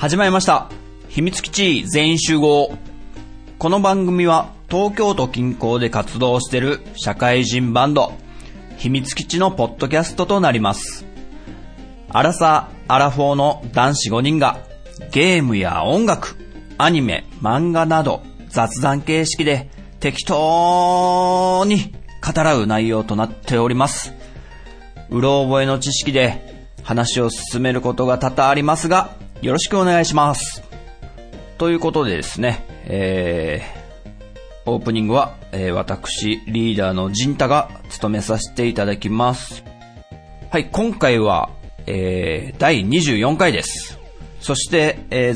始まりました。秘密基地全員集合。この番組は東京都近郊で活動している社会人バンド秘密基地のポッドキャストとなります。アラサー・アラフォーの男子5人がゲームや音楽、アニメ、漫画など雑談形式で適当に語らう内容となっております。うろ覚えの知識で話を進めることが多々ありますが、よろしくお願いします。ということでですね、オープニングは、私リーダーのジンタが務めさせていただきます。はい、今回は、第24回です。そして、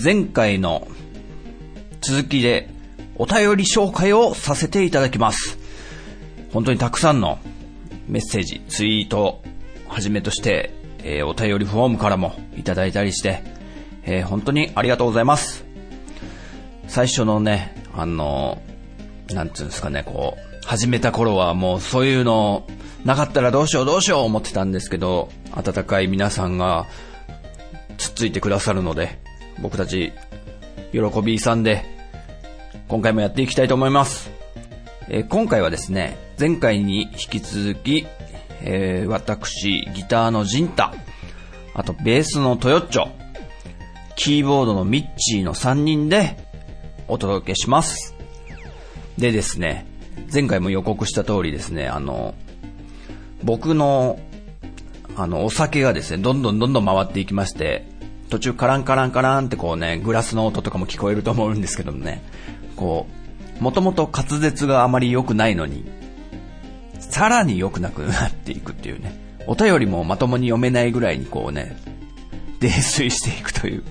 前回の続きでお便り紹介をさせていただきます。本当にたくさんのメッセージ、ツイートをはじめとして、お便りフォームからもいただいたりして、本当にありがとうございます。最初のね、なんていうんですかね、こう始めた頃はもうそういうのなかったらどうしよう思ってたんですけど、温かい皆さんがつっついてくださるので、僕たち喜び勇んで今回もやっていきたいと思います。今回はですね、前回に引き続き、私ギターのジンタ、あとベースのトヨッチョ、キーボードのミッチーの3人でお届けします。でですね、前回も予告した通りですね、僕のお酒がですね、どんどん回っていきまして、途中カランカランカランってこうね、グラスの音とかも聞こえると思うんですけどもね、こうもともと滑舌があまり良くないのにさらに良くなくなっていくっていうね、お便りもまともに読めないぐらいにこうね、泥酔していくという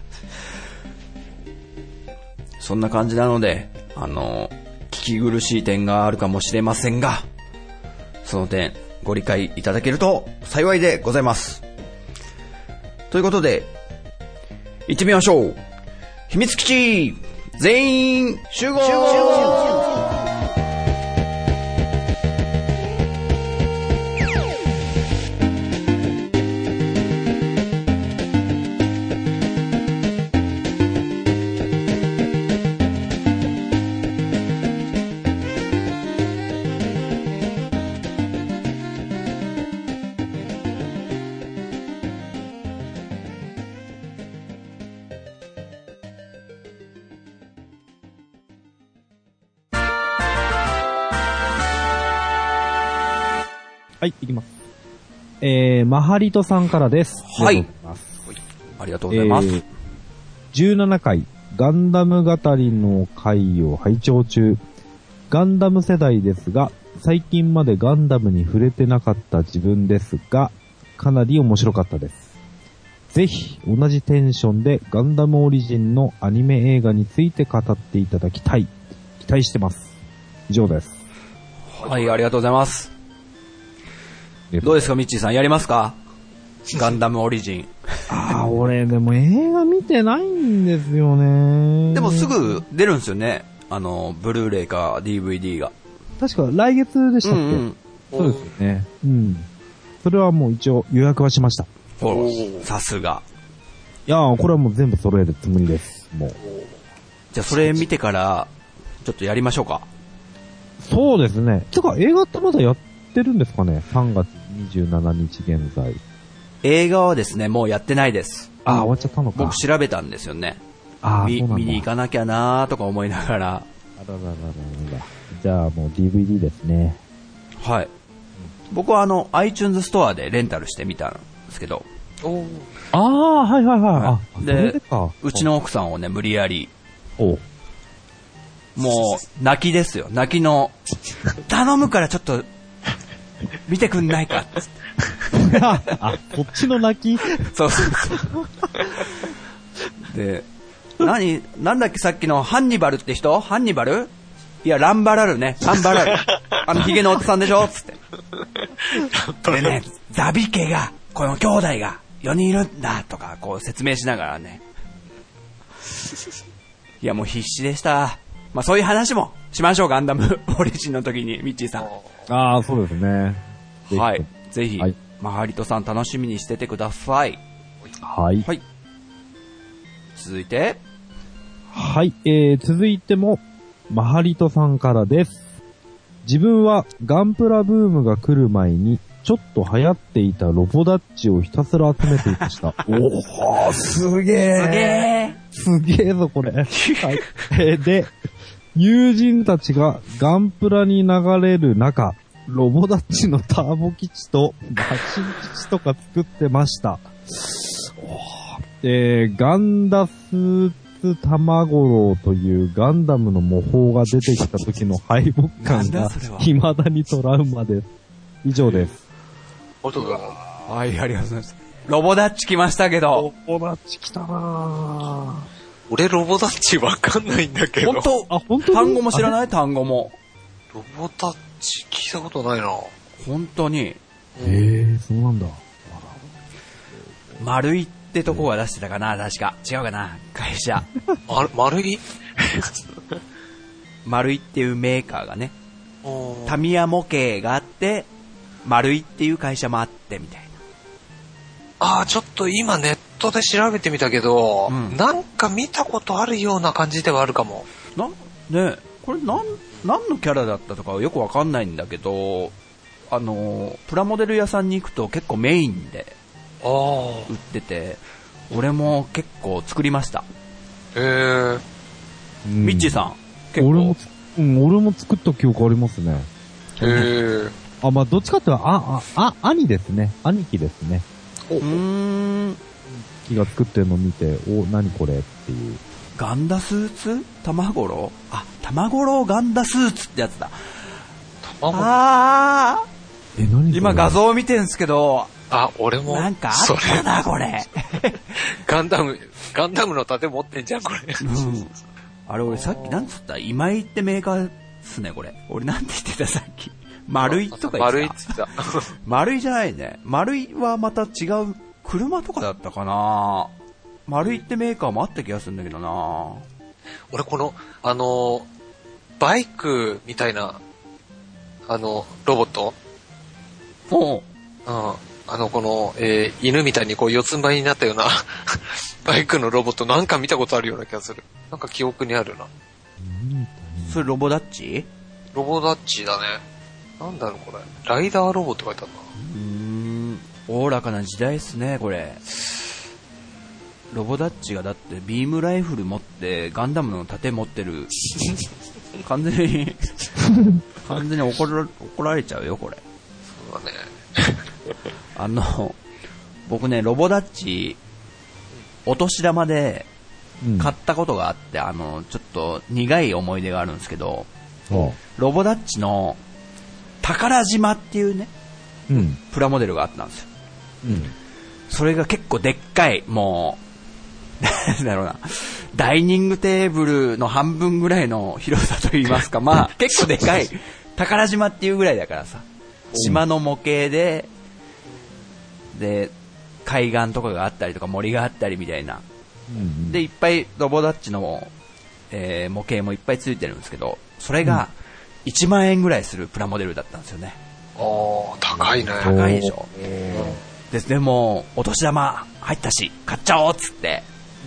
そんな感じなので、聞き苦しい点があるかもしれませんが、その点ご理解いただけると幸いでございます。ということで行ってみましょう。秘密基地全員集合。 はい、いきます。マハリトさんからです。 はい。ありがとうございます。 17回、ガンダム語りの回を拝聴中。ガンダム世代ですが、最近までガンダムに触れてなかった自分ですが、かなり面白かったです。ぜひ、同じテンションでガンダムオリジンのアニメ映画について語っていただきたい。期待してます。以上です。 はい、ありがとうございます。どうですか、ミッチーさん、やりますか？ガンダムオリジン。 俺でも映画見てないんですよね。 でもすぐ出るんですよね、ブルーレイか DVD が。 確か来月でしたっけ？そうですよね。それはもう一応予約はしました。 さすが。 いやー、これはもう全部揃えるつもりです。もう。 じゃあそれ見てからちょっとやりましょうか。そうですね。てか映画ってまだやってるんですかね？3月27日現在。 映画はですね、もうやってないです。 終わっちゃったのか。 僕調べたんですよね。見に行かなきゃなーとか思いながら。 じゃあもう DVD ですね。 はい。僕はiTunes ストアでレンタルしてみたんですけど。 はい。 で、うちの奥さんをね、無理やり。もう泣きですよ。泣きの頼むからちょっと見てくんないかっつってこっちの泣き。 そうで、なんだっけさっきのハンニバルって人？ハンニバル？いや、ランバラルね。ランバラル。ヒゲのおっさんでしょつって。でね、ザビ家が、この兄弟が4人いるんだとか、こう説明しながらね。いや、もう必死でした。まあそういう話もしましょう。ガンダムオリジンの時に、ミッチーさん。 そうですね。 はい。ぜひ、マハリトさん楽しみにしててください。 はい。 はい。 続いて。 はい、続いても、マハリトさんからです。自分はガンプラブームが来る前に、ちょっと流行っていたロボダッチをひたすら集めていました。おー、すげー。すげーぞ、これ。はい。で、友人たちがガンプラに流れる中、ロボダッチのターボ基地とマシン基地とか作ってました。ガンダスーツタマゴロウというガンダムの模倣が出てきた時の敗北感が未だにトラウマです。以上です。 はい、 ありがとうございます。ロボダッチ来ましたけど。 ロボダッチ来たなぁ。 俺ロボダッチわかんないんだけど。 本当単語も知らない？単語も。 ロボダッチ聞いたことないな。 本当に。 そうなんだ。 丸いってとこが出してたかな、確か。違うかな、会社。 丸い丸いっていうメーカーがね。タミヤ模型があって、丸いっていう会社もあってみたいな。ちょっと今ネットで調べてみたけど、なんか見たことあるような感じではあるかも。 ね、これ何のキャラだったとかはよくわかんないんだけど、プラモデル屋さんに行くと結構メインで売ってて、俺も結構作りました。 ミッチーさん、結構。 俺も作った記憶ありますね。まあ、どっちかっていうと、兄ですね。兄貴ですね。木が作ってるのを見て、何これっていう。 ガンダスーツ？タマゴロウ？タマゴロウガンダスーツってやつだ。 何？ 今画像を見てるんですけど。 俺も。 なんかあったな、これ。 ガンダムの盾持ってんじゃん、これ。 あれ、俺さっきなんつった？今井ってメーカーっすね、これ。俺なんて言ってた、さっき。丸いとか言ってた。 丸いって言ってた。 丸いじゃないね。丸いはまた違う車とかだったかな。丸いってメーカーもあった気がするんだけどな。 俺この、バイクみたいな、ロボットこの、犬みたいにこう四つん這いになったようなバイクのロボットなんか見たことあるような気がする。なんか記憶にあるな。 それロボダッチ？ ロボダッチだね。なんだろうこれ。ライダーロボって書いてあるな。 おおらかな時代っすね、これ。ロボダッチがだってビームライフル持ってガンダムの盾持ってる。完全に怒られちゃうよ、これ。 そうだね。僕ね、ロボダッチ、お年玉で買ったことがあって、ちょっと苦い思い出があるんですけど、ロボダッチの宝島っていうね、プラモデルがあったんですよ。それが結構でっかい、もう、なんだろうな、ダイニングテーブルの半分ぐらいの広さといいますか、まあ結構でかい、宝島っていうぐらいだからさ、島の模型で、海岸とかがあったりとか森があったりみたいな。で、いっぱいロボダッチの、模型もいっぱいついてるんですけど、それが1万円ぐらいするプラモデルだったんですよね。 高いね。 高いでしょ。でも、お年玉入ったし、買っちゃおうっつって、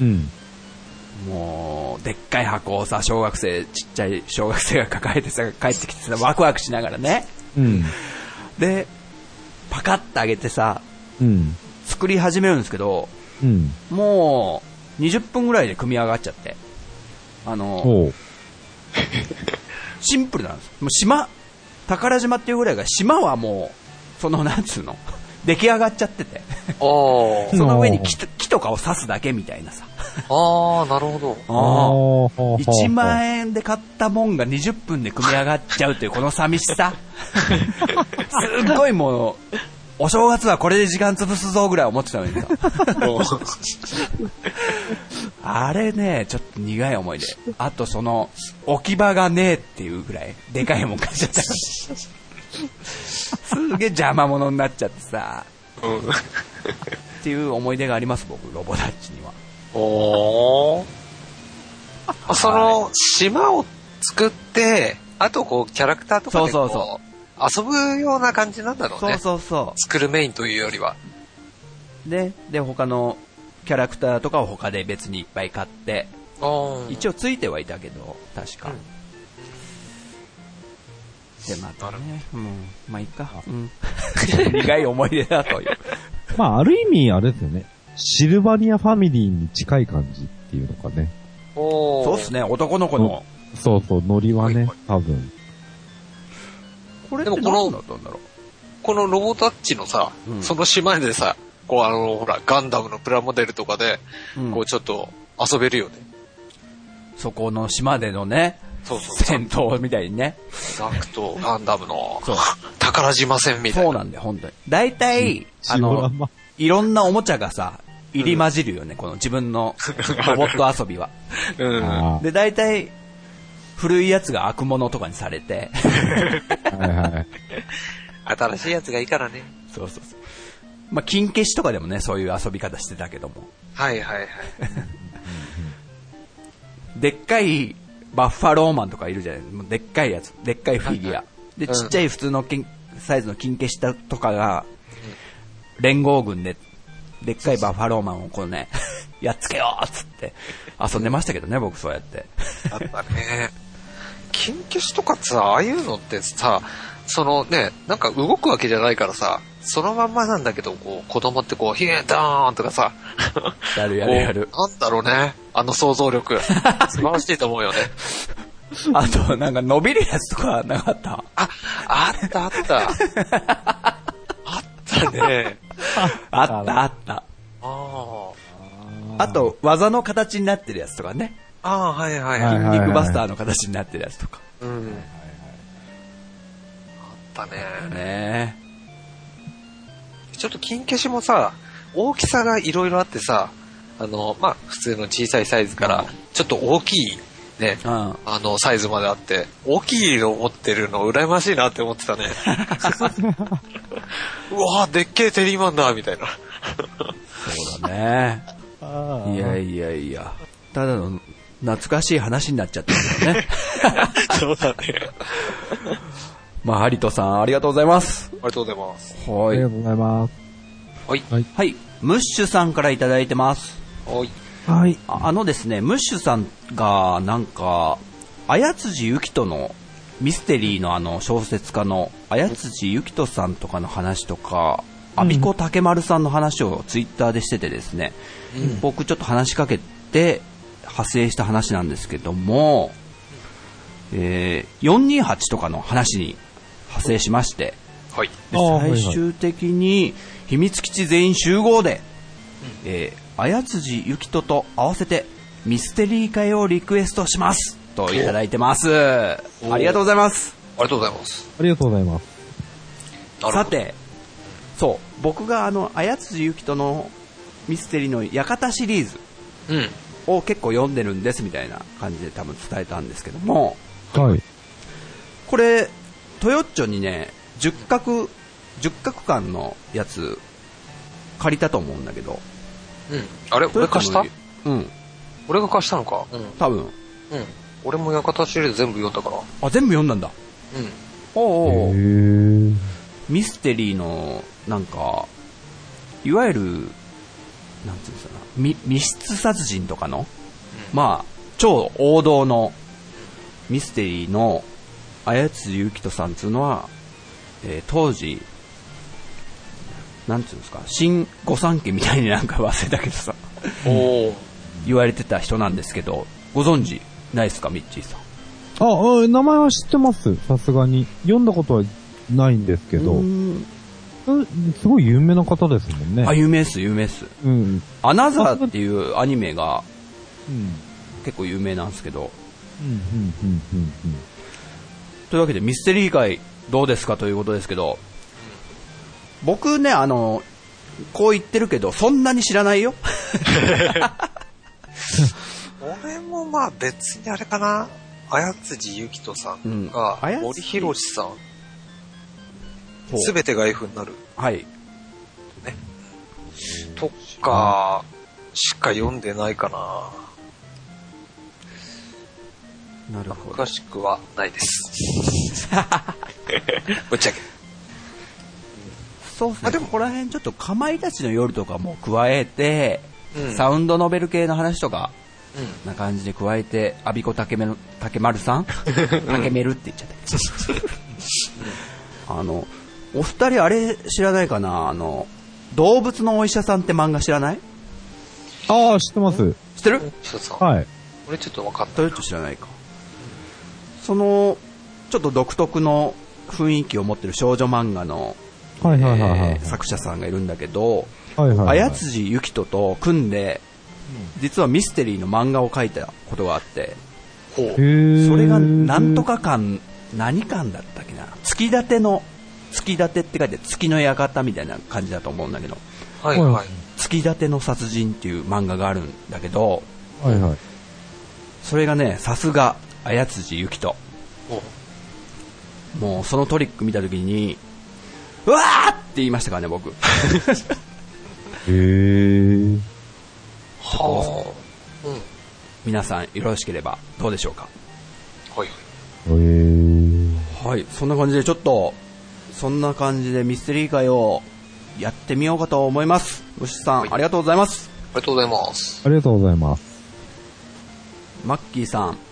もう、でっかい箱をさ、ちっちゃい小学生が抱えてさ、帰ってきてさ、ワクワクしながらね。で、パカッと上げてさ、作り始めるんですけど、もう20分ぐらいで組み上がっちゃって、シンプルなんです。もう宝島っていうぐらいが、島はもうなんつうの出来上がっちゃっててその上に木とかを刺すだけみたいなさ。 なるほど。1万円で買ったもんが20分で組み上がっちゃうというこの寂しさ。すごいもう、お正月はこれで時間潰すぞぐらい思ってたのにさ。あれね、ちょっと苦い思い出。あと置き場がねえっていうぐらい、でかいもん買っちゃった。すげえ邪魔者になっちゃってさ。っていう思い出があります、僕、ロボダッチには。 その、島を作って、あとこう、キャラクターとかで遊ぶような感じなんだろうね。 そう。 作るメインというよりは。 で、他のキャラクターとかを他で別にいっぱい買って、一応ついてはいたけど、確か。で、またね、まあいいか。苦い思い出だという。 まあ、ある意味、あれですよね。シルバニアファミリーに近い感じっていうのかね。 そうっすね、男の子の。 そうそう、ノリはね、多分。 これって何だったんだろう。 このロボタッチのさ、その島でさ、こうほら、ガンダムのプラモデルとかで、こうちょっと遊べるよね。 そこの島でのね、戦闘みたいにね。 ザクとガンダムの宝島戦みたいな。 そうなんだよ、本当に。大体、いろんなおもちゃがさ、入り混じるよね、この自分のロボット遊びは。で、大体、古いやつが悪者とかにされて。 新しいやつがいいからね。 そうそうそう。まあ、金消しとかでもね、そういう遊び方してたけども。 はいはいはい。 でっかいバッファローマンとかいるじゃない。でっかいやつ。でっかいフィギュア。で、ちっちゃい普通のサイズの金消しとかが、連合軍で、でっかいバッファローマンをこうね、やっつけようっつって遊んでましたけどね、僕そうやって。 あったね。金消しとかさ、ああいうのってさ、そのね、なんか動くわけじゃないからさ、そのまんまなんだけど、こう、子供ってこう、ヒエーダーンとかさ、 やる。 なんだろうね、あの想像力。素晴らしいと思うよね。 あと、なんか伸びるやつとかなかった？ あった。あったね。 あった。あと、技の形になってるやつとかね。 はいはい。 筋肉バスターの形になってるやつとか。 あったね。ちょっと金消しもさ、大きさがいろいろあってさ、まあ、普通の小さいサイズから、ちょっと大きいね、サイズまであって、大きいの持ってるの羨ましいなって思ってたね。うわぁ、でっけえテリーマンだみたいな。 そうだね。いや。ただの懐かしい話になっちゃったんだよね。 そうだね。 まあ、ハリトさん、ありがとうございます。 ありがとうございます。 はい。ありがとうございます。 はい。ムッシュさんからいただいてます。 はい。 ですね、ムッシュさんが、なんか、綾辻ゆきとの、ミステリーの小説家の綾辻ゆきとさんとかの話とか、阿比子竹丸さんの話をツイッターでしててですね、僕ちょっと話しかけて、派生した話なんですけども、428とかの話に派生しまして、 はい。 で最終的に秘密基地全員集合で、綾辻ゆきとと合わせてミステリー会をリクエストしますといただいてます。ありがとうございます。 ありがとうございます。 ありがとうございます。 さて、そう、僕が綾辻ゆきとのミステリーの館シリーズを結構読んでるんですみたいな感じで多分伝えたんですけども、 はい。 これ、トヨッチョにね、10画巻のやつ借りたと思うんだけど。 あれ俺貸した？俺が貸したのか。 多分。 俺も館シリーズ全部読んだから。 あ、全部読んだんだ。おー。ミステリーの、なんか、いわゆる、なんていうんですかな、密室殺人とかの、まあ、超王道のミステリーの綾辻ゆきとさんっていうのは、当時、なんていうんですか、新御三家みたいになんか忘れたけどさ、言われてた人なんですけど、ご存知ないですか、ミッチーさん。 名前は知ってます、さすがに。読んだことはないんですけど、すごい有名な方ですもんね。 有名っす。アナザーっていうアニメが、結構有名なんですけど、というわけでミステリー界どうですかということですけど、僕ね、こう言ってるけどそんなに知らないよ。 俺もまあ別にあれかな、綾辻ゆきとさんが、森博さん、すべてが F になる、 はいね、 とかしか読んでないかな。 なるほど。 詳しくはないです。ぶっちゃけ。 そうですね。でもここら辺ちょっとかまいたちの夜とかも加えて、 サウンドノベル系の話とか、な感じで加えて、アビコ竹丸さん竹メルって言っちゃったお二人あれ知らないかな、動物のお医者さんって漫画知らない？ ああ、知ってます。 知ってる？ はい。 俺ちょっと分かった。 ちょっと知らないか。ちょっと独特の雰囲気を持ってる少女漫画の作者さんがいるんだけど、綾辻ゆきとと組んで、実はミステリーの漫画を描いたことがあって、それがなんとか館、何館だったっけな、月立って書いて月の館みたいな感じだと思うんだけど、 はいはい、 月立の殺人っていう漫画があるんだけど、 はいはい、 それがね、さすが綾辻ゆきと、もうそのトリック見た時にうわーって言いましたからね、僕。 へー。 はあ、皆さんよろしければどうでしょうか。 はいはい、そんな感じでそんな感じでミステリー会をやってみようかと思います。牛さん、ありがとうございます。 ありがとうございます。 ありがとうございます。 マッキーさん、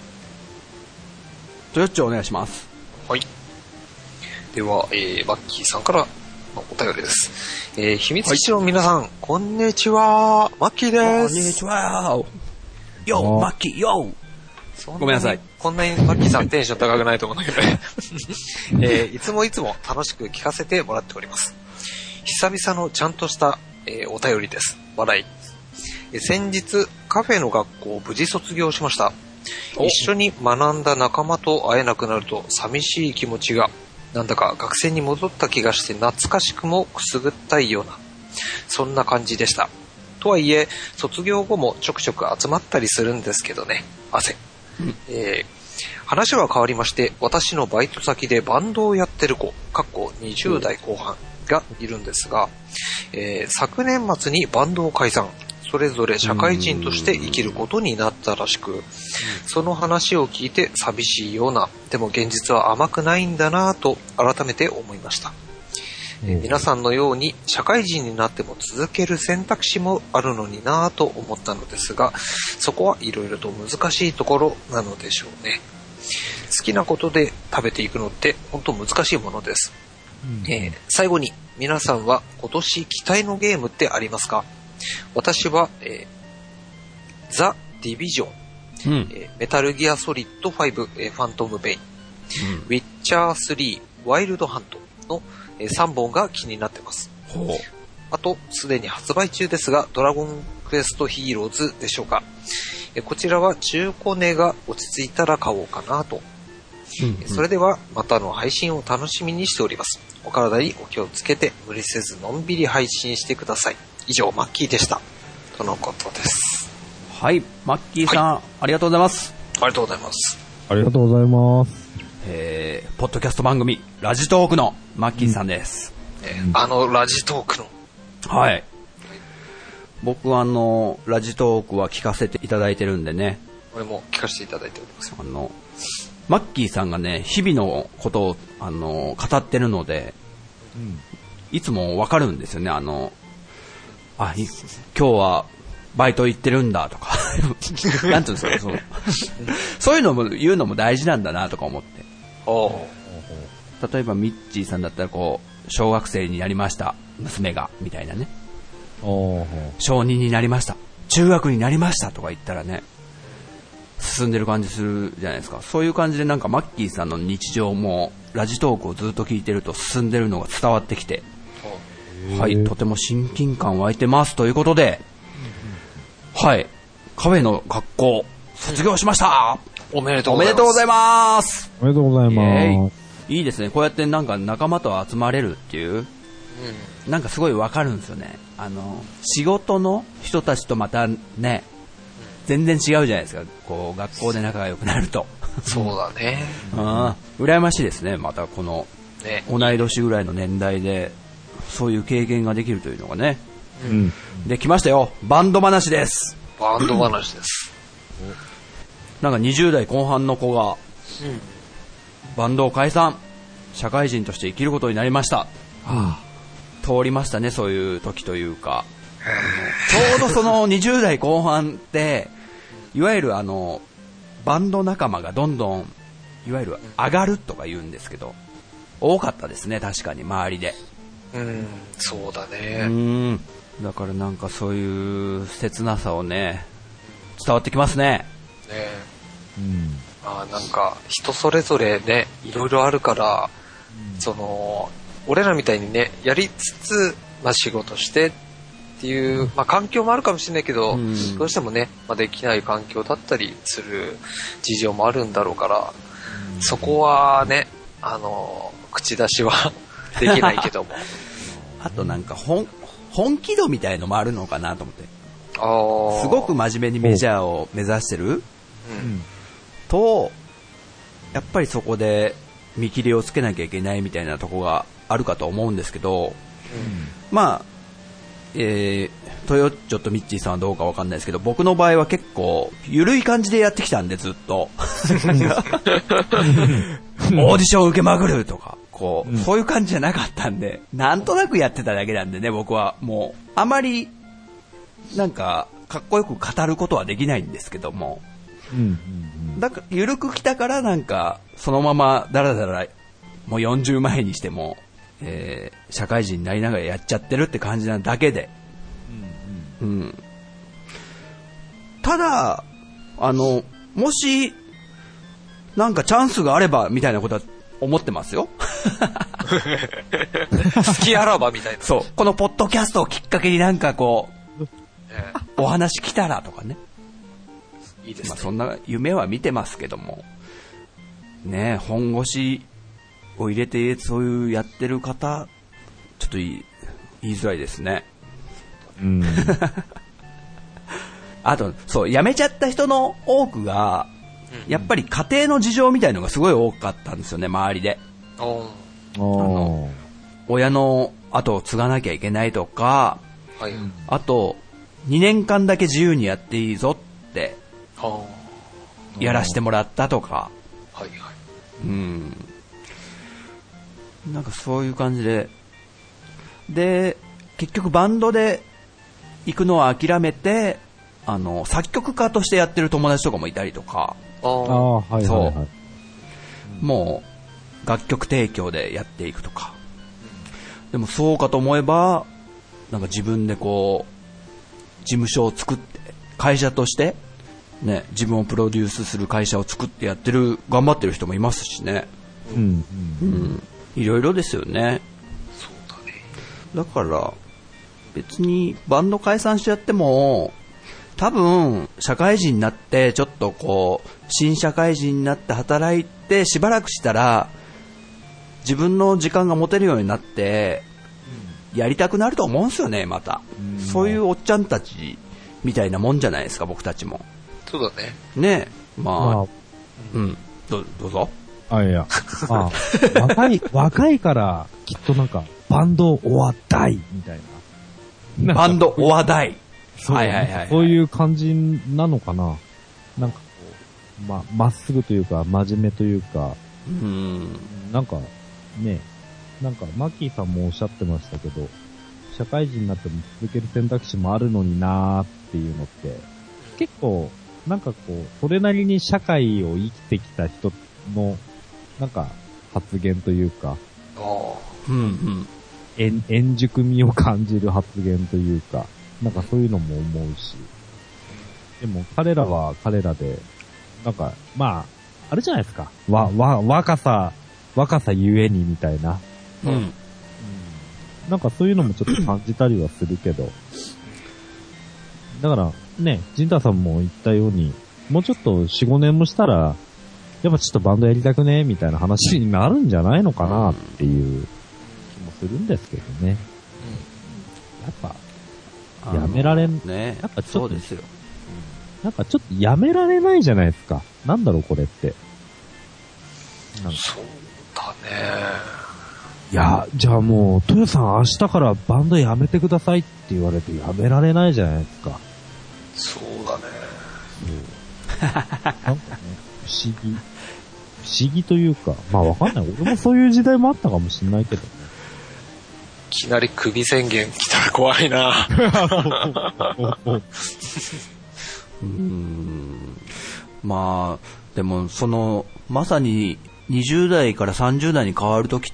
トヨッチお願いします。 はい。では、マッキーさんからのお便りです。秘密基地の皆さん、こんにちは。マッキーです。 こんにちは。よー、マッキー、よー。ごめんなさい。 こんなにマッキーさんテンション高くないと思うんだけどね。いつも楽しく聞かせてもらっております。久々のちゃんとした、お便りです。笑い。先日、カフェの学校を無事卒業しました。一緒に学んだ仲間と会えなくなると寂しい気持ちが、なんだか学生に戻った気がして懐かしくもくすぐったいような、そんな感じでした。とはいえ、卒業後もちょくちょく集まったりするんですけどね、汗。話は変わりまして、私のバイト先でバンドをやってる子、20代後半がいるんですが、昨年末にバンドを解散。それぞれ社会人として生きることになったらしく、その話を聞いて寂しいような、でも現実は甘くないんだなぁと改めて思いました。皆さんのように社会人になっても続ける選択肢もあるのになぁと思ったのですが、そこはいろいろと難しいところなのでしょうね。好きなことで食べていくのって本当難しいものです。最後に皆さんは今年期待のゲームってありますか？私は、ザ・ディビジョン、メタルギアソリッド5、ファントム・ベイン、ウィッチャー3、ワイルドハントの、3本が気になってます。あと、すでに発売中ですが、ドラゴンクエストヒーローズでしょうか。こちらは中古値が落ち着いたら買おうかなと。それでは、またの配信を楽しみにしております。お体にお気をつけて、無理せずのんびり配信してください。以上、マッキーでした。とのことです。 はい、マッキーさん、はい、ありがとうございます。 ありがとうございます。 ありがとうございます。 ポッドキャスト番組、ラジトークのマッキーさんです。 ラジトークの。 はい。僕はラジトークは聞かせていただいてるんでね。 俺も聞かせていただいております。 マッキーさんがね、日々のことを、語ってるので、いつもわかるんですよね。今日はバイト行ってるんだとかなんていうんですか、そういうのも言うのも大事なんだなとか思って。例えばミッチーさんだったら小学生になりました娘がみたいなね、小2になりました中学になりましたとか言ったらね、進んでる感じするじゃないですか。そういう感じでなんかマッキーさんの日常もラジトークをずっと聞いてると進んでるのが伝わってきて、はい、とても親近感湧いてますということで、はい、カフェの学校卒業しました。 おめでとうございます。 おめでとうございます。 いいですね。こうやってなんか仲間と集まれるっていう、なんかすごいわかるんですよね。仕事の人たちとまたね、全然違うじゃないですか。学校で仲が良くなると。 そうだね。 羨ましいですね。またこの、同い年ぐらいの年代でそういう経験ができるというのがね。できましたよ。バンド話です。 バンド話です。 なんか20代後半の子が、バンドを解散、社会人として生きることになりました。通りましたね、そういう時というか。ちょうのその20代後半って、いわゆるバンド仲間がどんどん、いわゆる上がるとか言うんですけど、多かったですね、確かに周りで。 そうだね。 だからなんかそういう切なさをね、伝わってきますね。 なんか人それぞれね、いろいろあるから、俺らみたいにね、やりつつ、仕事してっていう、環境もあるかもしれないけど、どうしてもね、できない環境だったりする事情もあるんだろうから、そこはね、口出しはできないけども。 あとなんか本気度みたいのもあるのかなと思って。すごく真面目にメジャーを目指してる、と、やっぱりそこで見切りをつけなきゃいけないみたいなとこがあるかと思うんですけど、トヨッチョとミッチーさんはどうかわかんないですけど、僕の場合は結構緩い感じでやってきたんで、ずっとオーディションを受けまくるとかそういう感じじゃなかったんで、なんとなくやってただけなんでね、僕はもうあまりなんかかっこよく語ることはできないんですけども、だから緩く来たから、なんかそのままだらだらもう40前にしても、社会人になりながらやっちゃってるって感じなだけで、ただもしなんかチャンスがあればみたいなことは思ってますよ。 好きあらばみたいな。 そう、このポッドキャストをきっかけになんかお話来たらとかね。 いいですね。 そんな夢は見てますけどもね、本腰を入れてそういうやってる方、ちょっと言いづらいですね。あとそう、辞めちゃった人の多くがやっぱり家庭の事情みたいのがすごい多かったんですよね、周りで。親の後を継がなきゃいけないとか、あと2年間だけ自由にやっていいぞってやらしてもらったとか、なんかそういう感じで、結局バンドで行くのは諦めて、作曲家としてやってる友達とかもいたりとか、もう楽曲提供でやっていくとか。でもそうかと思えば、なんか自分で事務所を作って会社としてね、自分をプロデュースする会社を作ってやってる、頑張ってる人もいますしね。いろいろですよね。 そうだね。 だから別にバンド解散しちゃっても、多分社会人になってちょっと新社会人になって働いてしばらくしたら自分の時間が持てるようになってやりたくなると思うんですよね、また。そういうおっちゃんたちみたいなもんじゃないですか、僕たちも。 そうだね。 ねえ、どうぞ。 若いからきっとなんかバンドオアダイみたいな。 バンドオアダイ。 そういう感じなのかな。なんかまっすぐというか真面目というか、なんかね、なんかマッキーさんもおっしゃってましたけど、社会人になっても続ける選択肢もあるのになーっていうのって結構なんかそれなりに社会を生きてきた人のなんか発言というか、円熟味を感じる発言というか、なんかそういうのも思うし、でも彼らは彼らでなんかあれじゃないですか、若さゆえにみたいな、なんかそういうのもちょっと感じたりはするけど、だからね、ジンタさんも言ったように、もうちょっと 4,5 年もしたらやっぱちょっとバンドやりたくねみたいな話になるんじゃないのかなっていう気もするんですけどね。やっぱやめられん、 ね、 やっぱちょっとそうですよ。 なんかちょっとやめられないじゃないですか。なんだろうこれって。 そうだね。 いや、じゃあもうトヨさん明日からバンドやめてくださいって言われてやめられないじゃないですか。 そうだね。 なんかね、不思議というか、わかんない。俺もそういう時代もあったかもしれないけどね。 きなり首宣言来たら怖いな。 まあ、でもまさに20代から30代に変わるときって、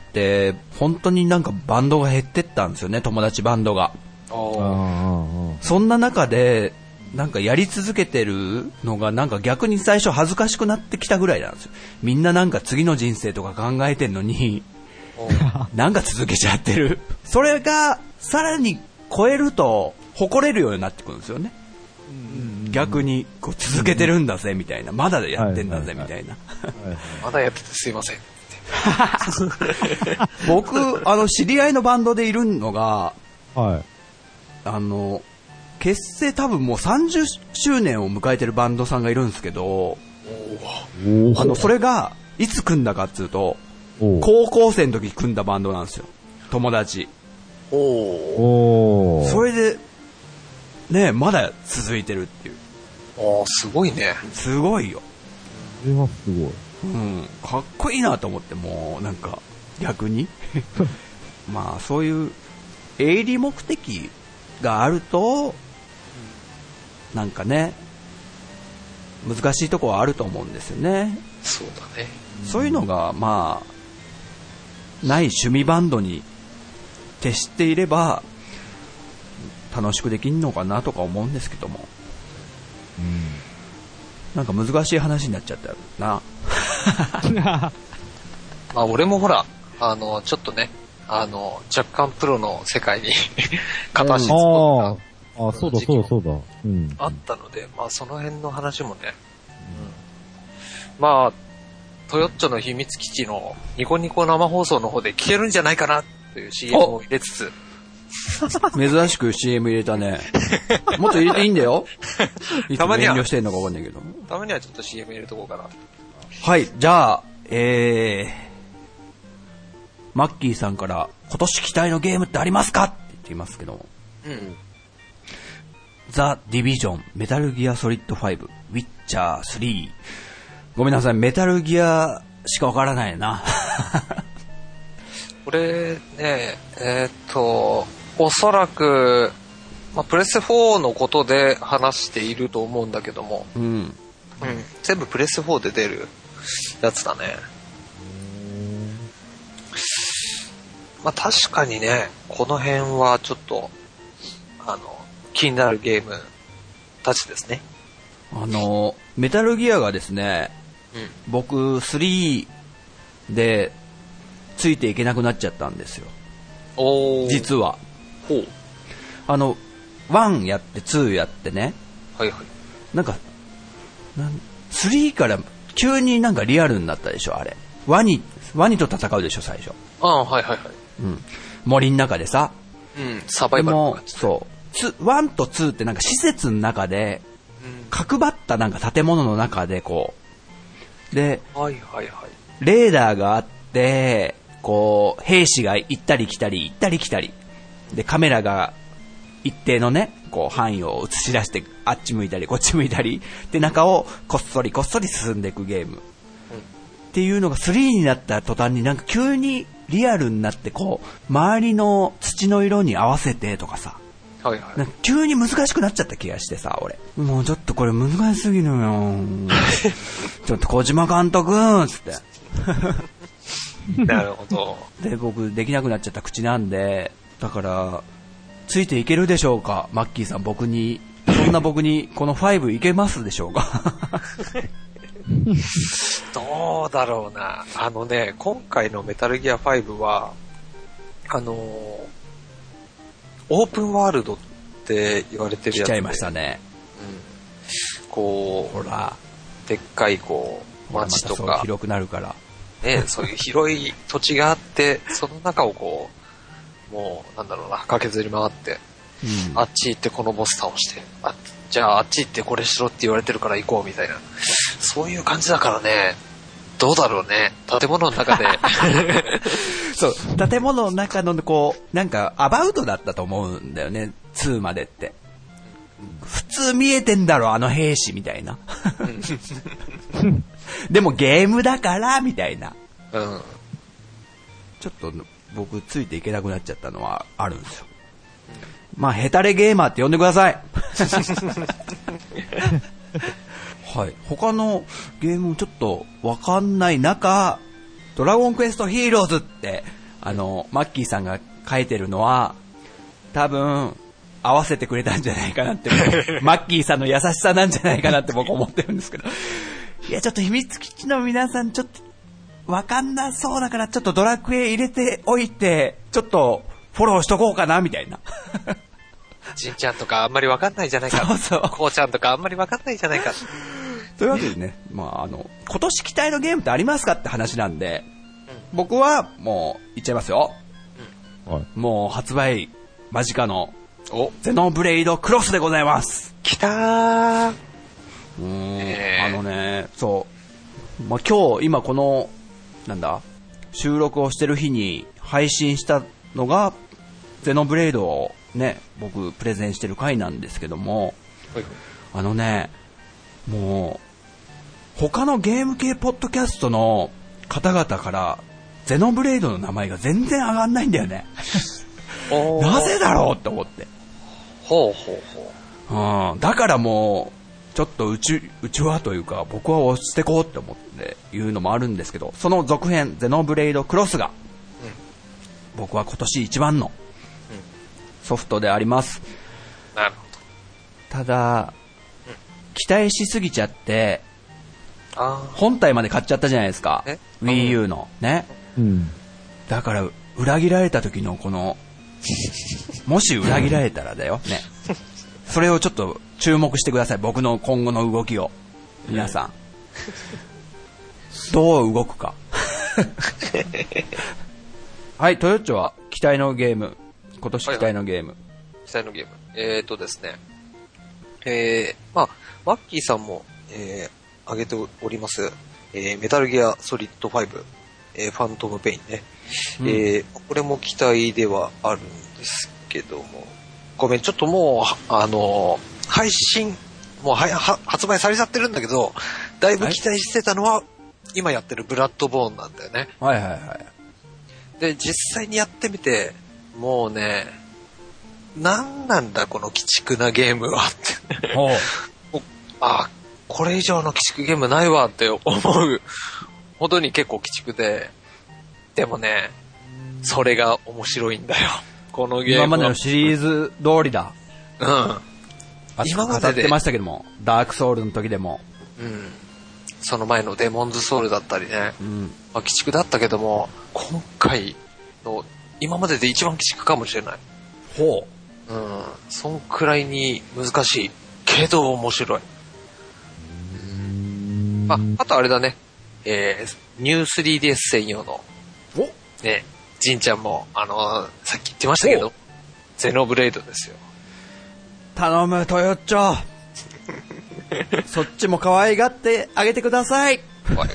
本当になんかバンドが減ってったんですよね、友達バンドが。そんな中で、なんかやり続けてるのがなんか逆に最初恥ずかしくなってきたぐらいなんですよ。みんななんか次の人生とか考えてんのに、なんか続けちゃってる。それがさらに超えると誇れるようになってくるんですよね。逆にこう続けてるんだぜみたいな、まだやってんだぜみたいな。 まだやっててすいません。 僕知り合いのバンドでいるのが、 はい、 結成多分もう30周年を迎えてるバンドさんがいるんですけど、それがいつ組んだかっていうと、高校生の時組んだバンドなんですよ、友達。それでね、まだ続いてるっていう。 すごいね。 すごいよ。 それはすごい。 かっこいいなと思って、もうなんか逆にまあそういう営利目的があると、なんかね、難しいところはあると思うんですよね。 そうだね。 そういうのがまあない趣味バンドに徹していれば楽しくできんのかなとか思うんですけども、なんか難しい話になっちゃったな。 まあ俺もほらちょっとね若干プロの世界に片足突っ込んだそうだそうだ、 あったので、まあその辺の話もね、まあトヨッチョの秘密基地のニコニコ生放送の方で聞けるんじゃないかなという CM を入れつつ、 珍しく CM 入れたね。もっと入れていいんだよ。いつも遠慮してんのか分かんないけど。 たまにはちょっと CM 入れとこうかな。 はい、じゃあマッキーさんから今年期待のゲームってありますかって言っていますけども、ザ・ディビジョン、メタルギアソリッド5、ウィッチャー3。ごめんなさい、メタルギアしかわからないな。 これね、おそらく、プレス4のことで話していると思うんだけども、全部プレス4で出るやつだね。確かにね、この辺はちょっと気になるゲームたちですね。 メタルギアがですね、僕3でついていけなくなっちゃったんですよ。実は。1やって2やってね。なんか3から急になんかリアルになったでしょ、あれ。ワニと戦うでしょ、最初。森の中でさ。 サバイバルの感じ。 そう。1と2ってなんか施設の中で、角張ったなんか建物の中でこう。で、レーダーがあって、こう、兵士が行ったり来たり。で、カメラが一定のね、こう、範囲を映し出して、あっち向いたり、こっち向いたり。で、中をこっそり進んでいくゲーム。っていうのが3になった途端になんか急にリアルになって、こう、周りの土の色に合わせてとかさ。なんか急に難しくなっちゃった気がしてさ、俺。もうちょっとこれ難しすぎるよ。ちょっと小島監督つって。 なるほど。 で、僕できなくなっちゃった口なんで、だから、ついていけるでしょうか、マッキーさん、僕に。そんな僕にこの5いけますでしょうか。 どうだろうな。今回のメタルギア5は、オープンワールドって言われてるやつで。 来ちゃいましたね。 こう、ほら、でっかいこう、街とか。 またそう広くなるから。 ね、そういう広い土地があって、その中をこう、もう、駆けずり回って、あっち行ってこのボス倒して、じゃああっち行ってこれしろって言われてるから行こうみたいな。そういう感じだからね、どうだろうね、建物の中で。 そう、建物の中のこう、なんかアバウトだったと思うんだよね、2までって。普通見えてんだろ、あの兵士みたいな。でもゲームだから、みたいな。ちょっと僕ついていけなくなっちゃったのはあるんですよ。まあヘタレゲーマーって呼んでください。はい。他のゲームちょっとわかんない中、ドラゴンクエストヒーローズってマッキーさんが書いてるのは多分合わせてくれたんじゃないかなってマッキーさんの優しさなんじゃないかなって僕思ってるんですけど、いやちょっと秘密基地の皆さんちょっとわかんなそうだからちょっとドラクエ入れておいてちょっとフォローしとこうかなみたいな。 ジンちゃんとかあんまりわかんないじゃないか。 そうそう。 こうちゃんとかあんまりわかんないじゃないか。 というわけでね、まあ今年期待のゲームってありますかって話なんで、僕はもう言っちゃいますよ。もう発売間近のゼノブレイドクロスでございます。 来たー。 そう、まあ、今この収録をしてる日に配信したのがゼノブレイドをね僕プレゼンしてる回なんですけども、もう他のゲーム系ポッドキャストの方々からゼノブレイドの名前が全然上がんないんだよね。なぜだろうって思って。だからもうちょっとうちはというか僕は押してこうって思っていうのもあるんですけど、その続編ゼノブレイドクロスが、僕は今年一番のソフトであります。 なるほど。 ただ、期待しすぎちゃって本体まで買っちゃったじゃないですか。Wii U のね、だから裏切られた時のこのもし裏切られたらだよね。それをちょっと注目してください。僕の今後の動きを皆さんどう動くか。はい、トヨッチョは期待のゲーム、今年期待のゲーム、 期待のゲームですね、まあマッキーさんも挙げております、メタルギアソリッド5、ファントムペインね、これも期待ではあるんですけども、ごめんちょっともう配信もう発売されちゃってるんだけど、だいぶ期待してたのは、今やってるブラッドボーンなんだよね。 はいはいはい。 で実際にやってみてもうね、なんなんだこの鬼畜なゲームはってこれ以上の鬼畜ゲームないわって思うほどに結構鬼畜で、でもねそれが面白いんだよこのゲームは。 今までのシリーズ通りだ。 今までで語ってましたけども、ダークソウルの時でも、 その前のデモンズソウルだったりね、鬼畜だったけども、今回の今までで一番鬼畜かもしれない。そんくらいに難しいけど面白い。あとあれだね、ニュー 3DS 専用のね、ジンちゃんもさっき言ってましたけど、ゼノブレイドですよ。 頼むトヨッチョ。そっちも可愛がってあげてください。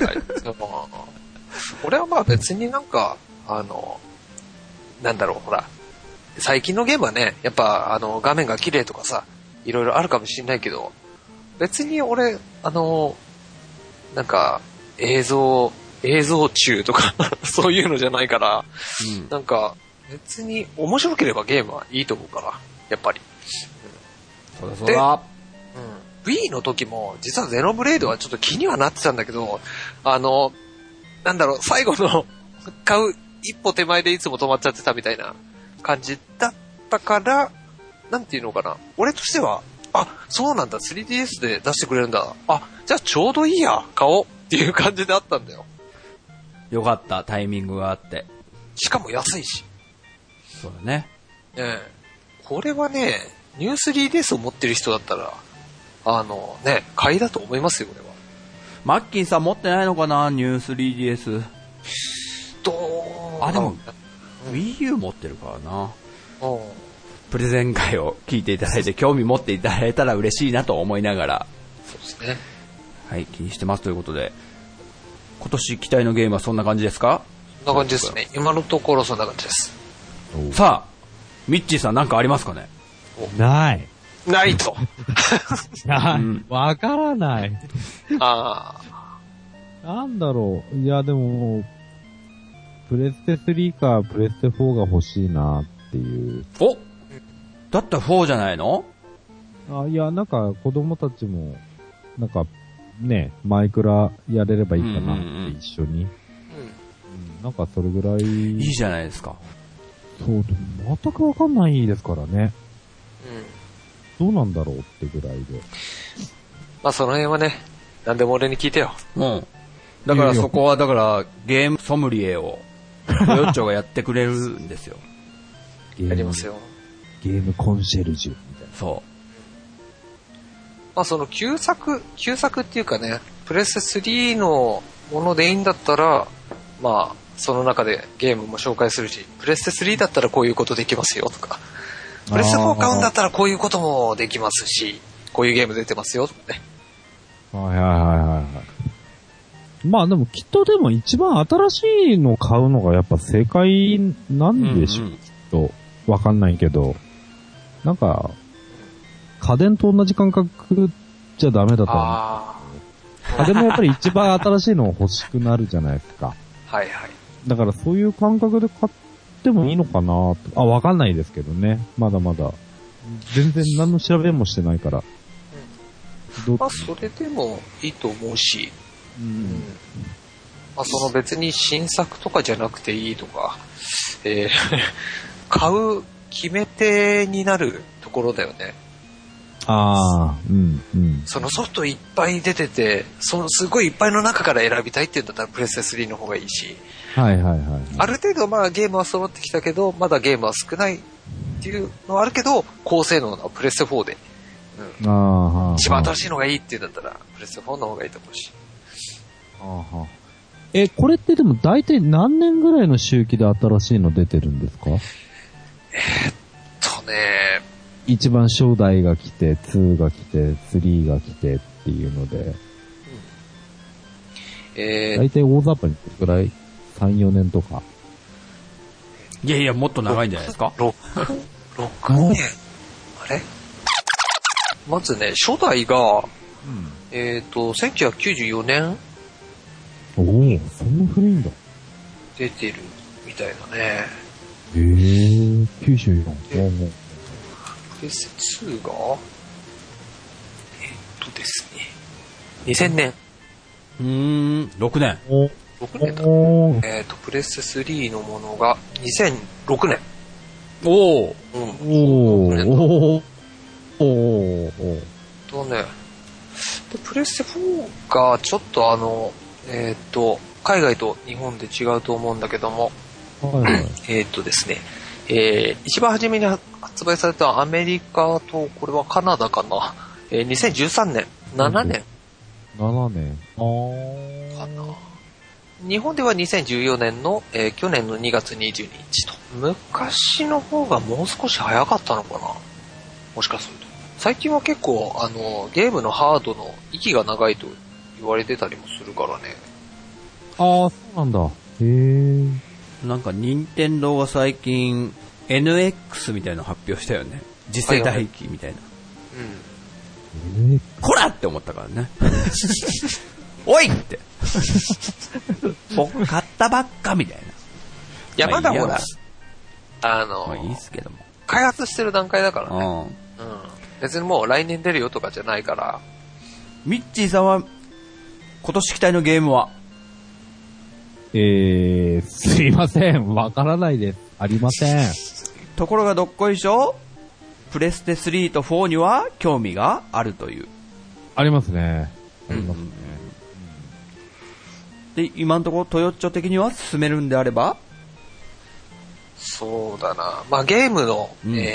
俺はまあ別になんかなんだろう、ほら最近のゲームはね、やっぱ画面が綺麗とかさ、いろいろあるかもしれないけど、別に俺なんか映像中とかそういうのじゃないから、なんか別に面白ければゲームはいいと思うからやっぱり。 そうだそうだ。 Wii の時も実はゼノブレイドはちょっと気にはなってたんだけど、なんだろう、最後の買う一歩手前でいつも止まっちゃってたみたいな感じだったから、なんていうのかな、俺としてはそうなんだ 3DS で出してくれるんだ、じゃあちょうどいいや買おうっていう感じであったんだよ。 よかった、タイミングがあって、 しかも安いし。 そうだね。 これはね、ニュー 3DS を持ってる人だったら買いだと思いますよ、俺は。 マッキーさん持ってないのかな、ニュー 3DS。でも Wii U 持ってるからな。プレゼン会を聞いていただいて興味持っていただいたら嬉しいなと思いながら、 そうですね、 はい、気にしてますということで、今年期待のゲームはそんな感じですか？ そんな感じですね、今のところそんな感じです。 さあミッチーさん何かありますかね？ ないとわからない。 なんだろう。いやでもプレステ3かプレステ4が欲しいなっていう。 おだったら4じゃないの？ いや、なんか子供たちも、なんか、ね、マイクラやれればいいかなって一緒に。なんかそれぐらい。 いいじゃないですか。 そう、でも全くわかんないですからね。どうなんだろうってぐらいで。 まあその辺はね、なんでも俺に聞いてよ。 だからそこは、だからゲームソムリエを、ヨッチョがやってくれるんですよ。 やりますよ。 ゲームコンシェルジュみたいな。 そう。 まあその旧作っていうかね、プレステ3のものでいいんだったら、まあその中でゲームも紹介するし、プレステ3だったらこういうことできますよとか、プレステ4買うんだったらこういうこともできますし、こういうゲーム出てますよとかね。 まあでもきっとでも一番新しいの買うのがやっぱ正解なんでしょう、きっと。わかんないけど。なんか、家電と同じ感覚じゃダメだと思う。家電もやっぱり一番新しいの欲しくなるじゃないですか。 はいはい。 だからそういう感覚で買ってもいいのかなと。わかんないですけどね。まだまだ。全然何の調べもしてないから。 まあそれでもいいと思うし、まあその別に新作とかじゃなくていいとか、買う決め手になるところだよね。そのソフトいっぱい出てて、そのすごいいっぱいの中から選びたいっていうんだったらプレステ3の方がいいし、ある程度まあゲームは揃ってきたけど、まだゲームは少ないっていうのはあるけど、高性能なプレステ4で、一番新しいのがいいっていうんだったらプレステ4の方がいいと思うし。 これってでも大体何年ぐらいの周期で新しいの出てるんですか？一番初代が来て、2が来て、3が来てっていうので。大体大雑把にくらい 3,4 年とか。 いやいや、もっと長いんじゃないですか？ 6年あれまずね、初代が、1994年おお、そんな古いんだ。 出てるみたいだね。 94。 プレステ2がですね、2000年。 6年。 6年だ。プレステ3のものが2006年。プレステ4がちょっと海外と日本で違うと思うんだけども、ですね、一番初めに発売されたアメリカと、これはカナダかな、2013年、7年。 7年。 かな。日本では2014年の、去年の2月22日と。昔の方がもう少し早かったのかな、もしかすると。最近は結構、ゲームのハードの息が長いと言われてたりもするからね。 そうなんだ。 なんか任天堂が最近 NX みたいなの発表したよね。次世代機みたいな。こらって思ったからね。おいって。僕買ったばっかみたいな。 いや、まだほら、 いいっすけども。 開発してる段階だからね。別にもう来年出るよとかじゃないから。 ミッチーさんは今年期待のゲームは？ すいません。わからないです。ありません。 ところがどっこいしょ、プレステ3と4には興味があるという。 ありますね。ありますね。 で、今のところトヨッチョ的には進めるんであれば？ そうだな。まあゲームの、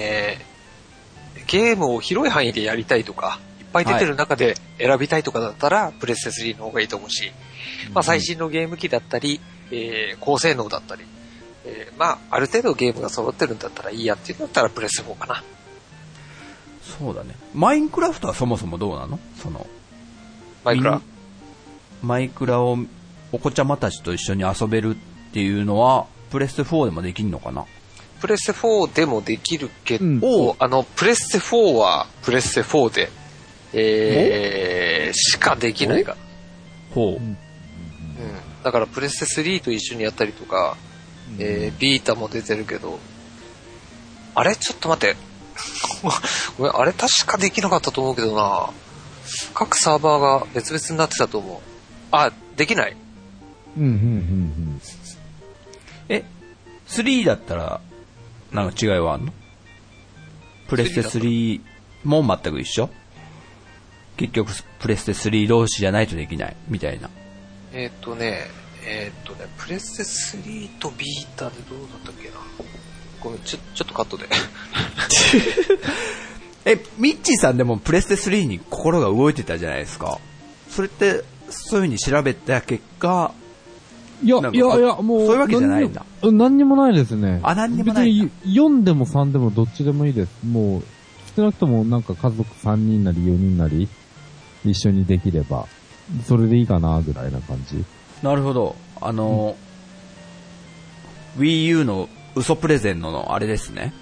ゲームを広い範囲でやりたいとか、いっぱい出てる中で選びたいとかだったら、プレステ3の方がいいと思うし、まあ最新のゲーム機だったり、高性能だったり、まあある程度ゲームが揃ってるんだったらいいやっていうんだったらプレステ4かな。 そうだね。マインクラフトはそもそもどうなの？マイクラをお子ちゃまたちと一緒に遊べるっていうのはプレステ4でもできるのかな？ プレステ4でもできるけど、プレステ4はプレステ4で、しかできないから。だからプレステ3と一緒にやったりとか、 ビータも出てるけど、あれちょっと待って。ごめん、あれ確かできなかったと思うけどな。各サーバーが別々になってたと思う。あ、できない。 3だったら、なんか違いはあんの？プレステ3も全く一緒？結局、プレステ3同士じゃないとできない、みたいな。 プレステ3とビータでどうだったっけな。ごめん、ちょっとカットで。 ミッチーさんでもプレステ3に心が動いてたじゃないですか。それって、そういう風に調べた結果、 いや、もう、 そういうわけじゃないんだ。 何にもないですね。 何にもないんだ。 別に4でも3でもどっちでもいいです。もう、少なくともなんか家族3人なり4人なり、一緒にできれば、それでいいかな、ぐらいな感じ。 なるほど。Wii U の嘘プレゼンのあれですね。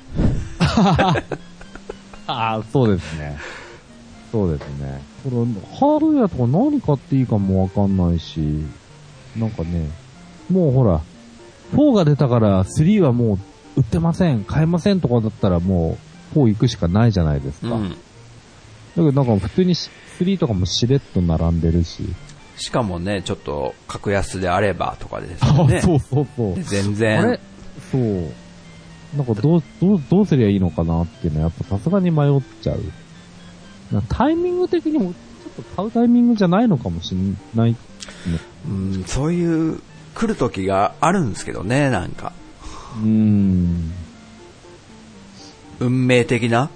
そうですね。そうですね。これ、ハードウェアとか何買っていいかもわかんないし、なんかね、もうほら、4が出たから3はもう売ってません、買えませんとかだったらもう4行くしかないじゃないですか。だけどなんか普通に3とかもしれっと並んでるし。 しかもね、ちょっと格安であればとかですよね。 そう。 全然。 あれそう。なんかどうすりゃいいのかなっていうのはやっぱさすがに迷っちゃう。タイミング的にもちょっと買うタイミングじゃないのかもしれない、ね。 そういう来る時があるんですけどね、なんか。運命的な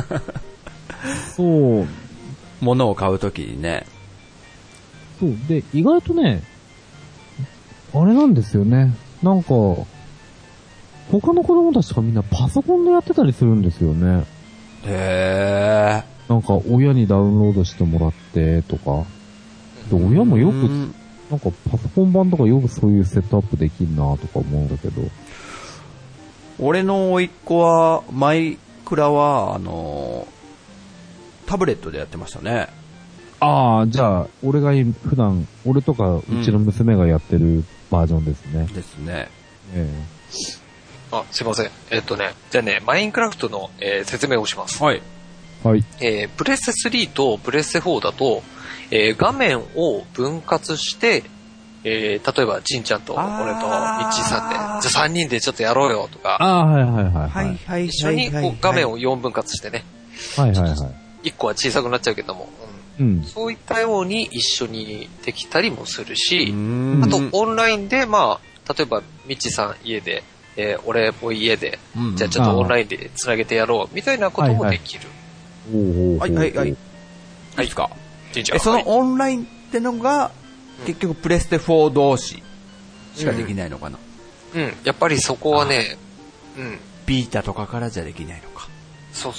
そう。 ものを買う時にね。 そう。で、意外とね、あれなんですよね。なんか、他の子供たちとかみんなパソコンでやってたりするんですよね。 へー。 なんか親にダウンロードしてもらってとか。で親もよく、なんかパソコン版とかよくそういうセットアップできんなとか思うんだけど。 俺の甥っ子は、マイクラは、タブレットでやってましたね。 ああ、じゃあ、俺が普段、俺とかうちの娘がやってるバージョンですね。 ですね。 あ、すいません。じゃあね、マインクラフトの、説明をします。 はい。 はい。 プレステ3とプレステ4だと、画面を分割して、例えば、ジンちゃんと俺とミッチーさんで、じゃあ3人でちょっとやろうよとか。 はい。 一緒にこう画面を4分割してね。1個は小さくなっちゃうけども。そういったように一緒にできたりもするし、あとオンラインで、まあ、例えば、ミッチーさん家で、俺も家で、じゃあちょっとオンラインでつなげてやろう、みたいなこともできる。 はい。いいですか。そのオンラインってのが、結局プレステ4同士しかできないのかな。 やっぱりそこはね、 ビータとかからじゃできないのか。 そう。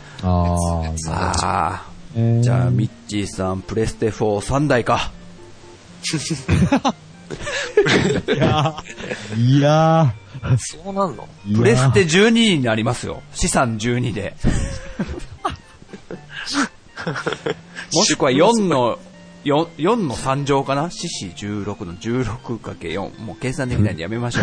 じゃあ、ミッチーさん、プレステ43台か。 いやー。そうなんの？ プレステ12になりますよ。資産12で。もしくは4の3乗かな？四四16の 16×4。もう計算できないんでやめましょ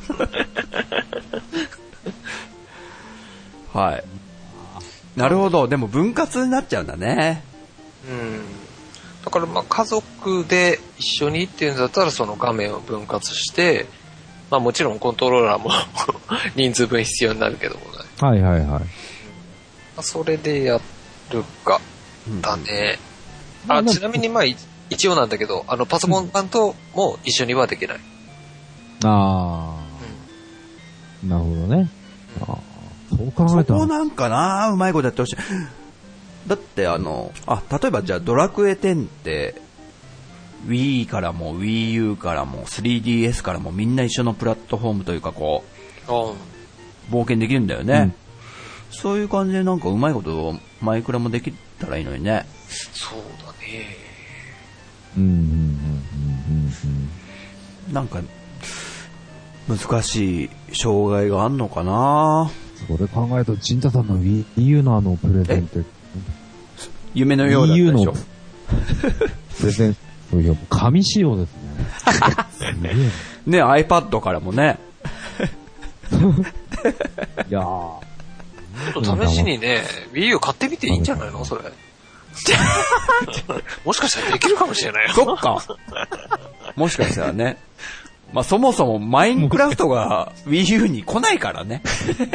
う。はい。なるほど。でも分割になっちゃうんだね。 だからまあ家族で一緒にっていうんだったらその画面を分割して、まあもちろんコントローラーも人数分必要になるけどもね。それでやるかだね。ちなみにまあ一応なんだけど、パソコン版とも一緒にはできない。 なるほどね。そう考えたら。 そこなんかな、うまいことやってほしい。だって、例えばじゃあドラクエ10って、Wii からも Wii U からも 3DS からもみんな一緒のプラットフォームというかこう、冒険できるんだよね。そういう感じでなんかうまいことマイクラもできたらいいのにね。 そうだね。 なんか、難しい障害があんのかな。 それ考えると、ジンタさんの Wii U のプレゼンって、 夢のようだったでしょ。 プレゼント、いや、神仕様ですね。 ね、iPad からもね。 いやー。 ちょっと試しにね、Wii U 買ってみていいんじゃないのそれ。もしかしたらできるかもしれないよ。 そっか。もしかしたらね。まあそもそもマインクラフトが Wii U に来ないからね。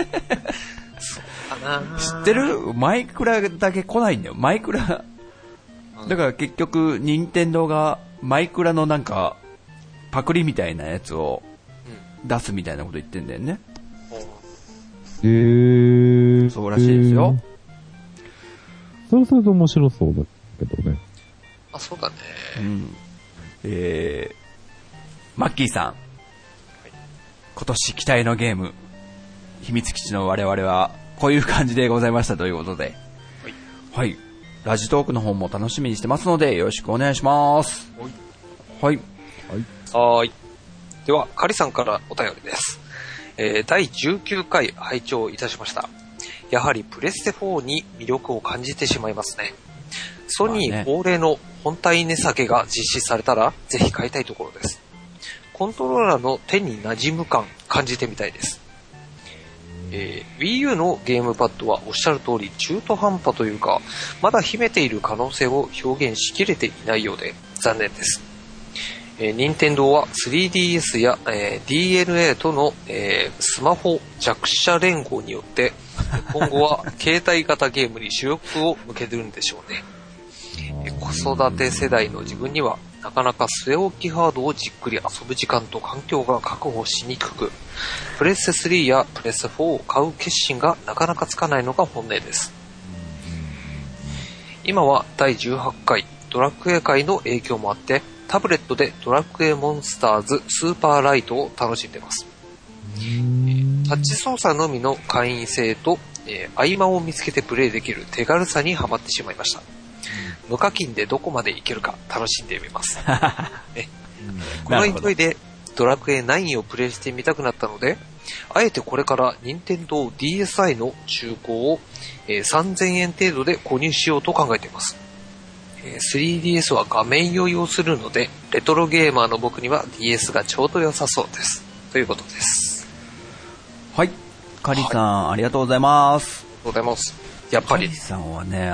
知ってる？マイクラだけ来ないんだよ。マイクラ。だから結局、任天堂がマイクラのなんか、パクリみたいなやつを出すみたいなこと言ってんだよね。そうらしいですよ。 それと面白そうだけどね。 あ、そうだね。 うん。マッキーさん。はい、今年期待のゲーム、秘密基地の我々は、こういう感じでございましたということで。はい。はい。ラジトークの方も楽しみにしてますので、よろしくお願いします。はい。 はい。では、カリさんからお便りです。第19回拝聴いたしました。やはりプレステ4に魅力を感じてしまいますね。ソニー恒例の本体値下げが実施されたら、ぜひ買いたいところです。コントローラーの手に馴染む感、感じてみたいです。Wii U のゲームパッドはおっしゃる通り中途半端というか、まだ秘めている可能性を表現しきれていないようで残念です。任天堂は 3DS や、DNA との、スマホ弱者連合によって今後は携帯型ゲームに主力を向けてるんでしょうね。子育て世代の自分にはなかなか据え置きハードをじっくり遊ぶ時間と環境が確保しにくく、プレステ3やプレステ4を買う決心がなかなかつかないのが本音です。今は第18回ドラクエ界の影響もあって、タブレットでドラクエモンスターズスーパーライトを楽しんでいます。タッチ操作のみの会員制と、合間を見つけてプレイできる手軽さにはまってしまいました。無課金でどこまでいけるか楽しんでみます。この勢いでドラクエ9をプレイしてみたくなったので、あえてこれから任天堂 DSi の中古を、3000円程度で購入しようと考えています。3DS は画面酔いをするので、レトロゲーマーの僕には DS がちょうど良さそうです。ということです。 はい。カリさん、はい、ありがとうございます。 ありがとうございます。やっぱり。 カリさんはね、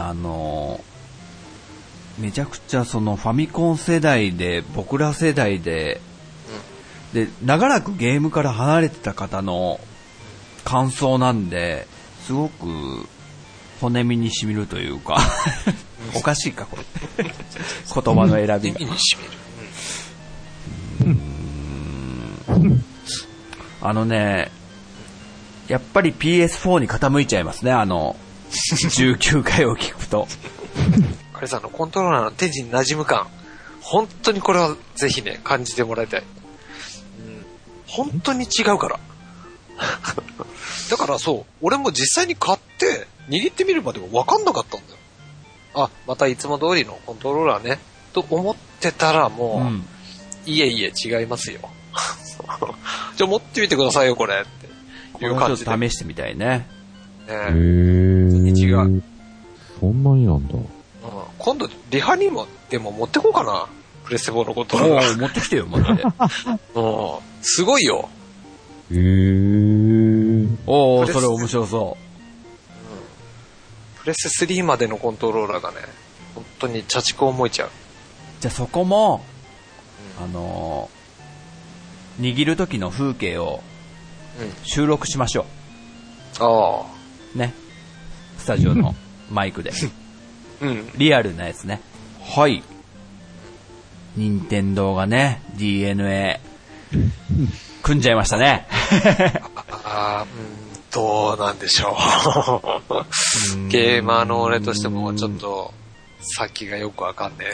めちゃくちゃそのファミコン世代で、僕ら世代で、で、長らくゲームから離れてた方の感想なんで、すごく骨身に染みるというか、おかしいか、これ。言葉の選びが。 骨身に染みる。 やっぱり PS4 に傾いちゃいますね、19回を聞くと。 カリさんのコントローラーの手に馴染む感、本当にこれはぜひね、感じてもらいたい。本当に違うから。だからそう、俺も実際に買って握ってみるまでは分かんなかったんだよ。あ、またいつも通りのコントローラーね、と思ってたらもう、いえいえ違いますよ。じゃあ持ってみてくださいよ、これ。っていう感じで。 ちょっと試してみたいね。 違う。 そんなになんだ。 今度、リハにも、でも持ってこうかな。プレステ4のコントローラー。 持ってきてよ、マジで。 すごいよ。 おー、それ面白そう。 プレステ3までのコントローラーがね、本当にチャチコ思えちゃう。 じゃあそこも、握る時の風景を収録しましょう。 ああ。ね。スタジオのマイクで。リアルなやつね。はい。任天堂がね、DNA、組んじゃいましたね。 どうなんでしょう。ゲーマーの俺としてもちょっと、先がよくわかんね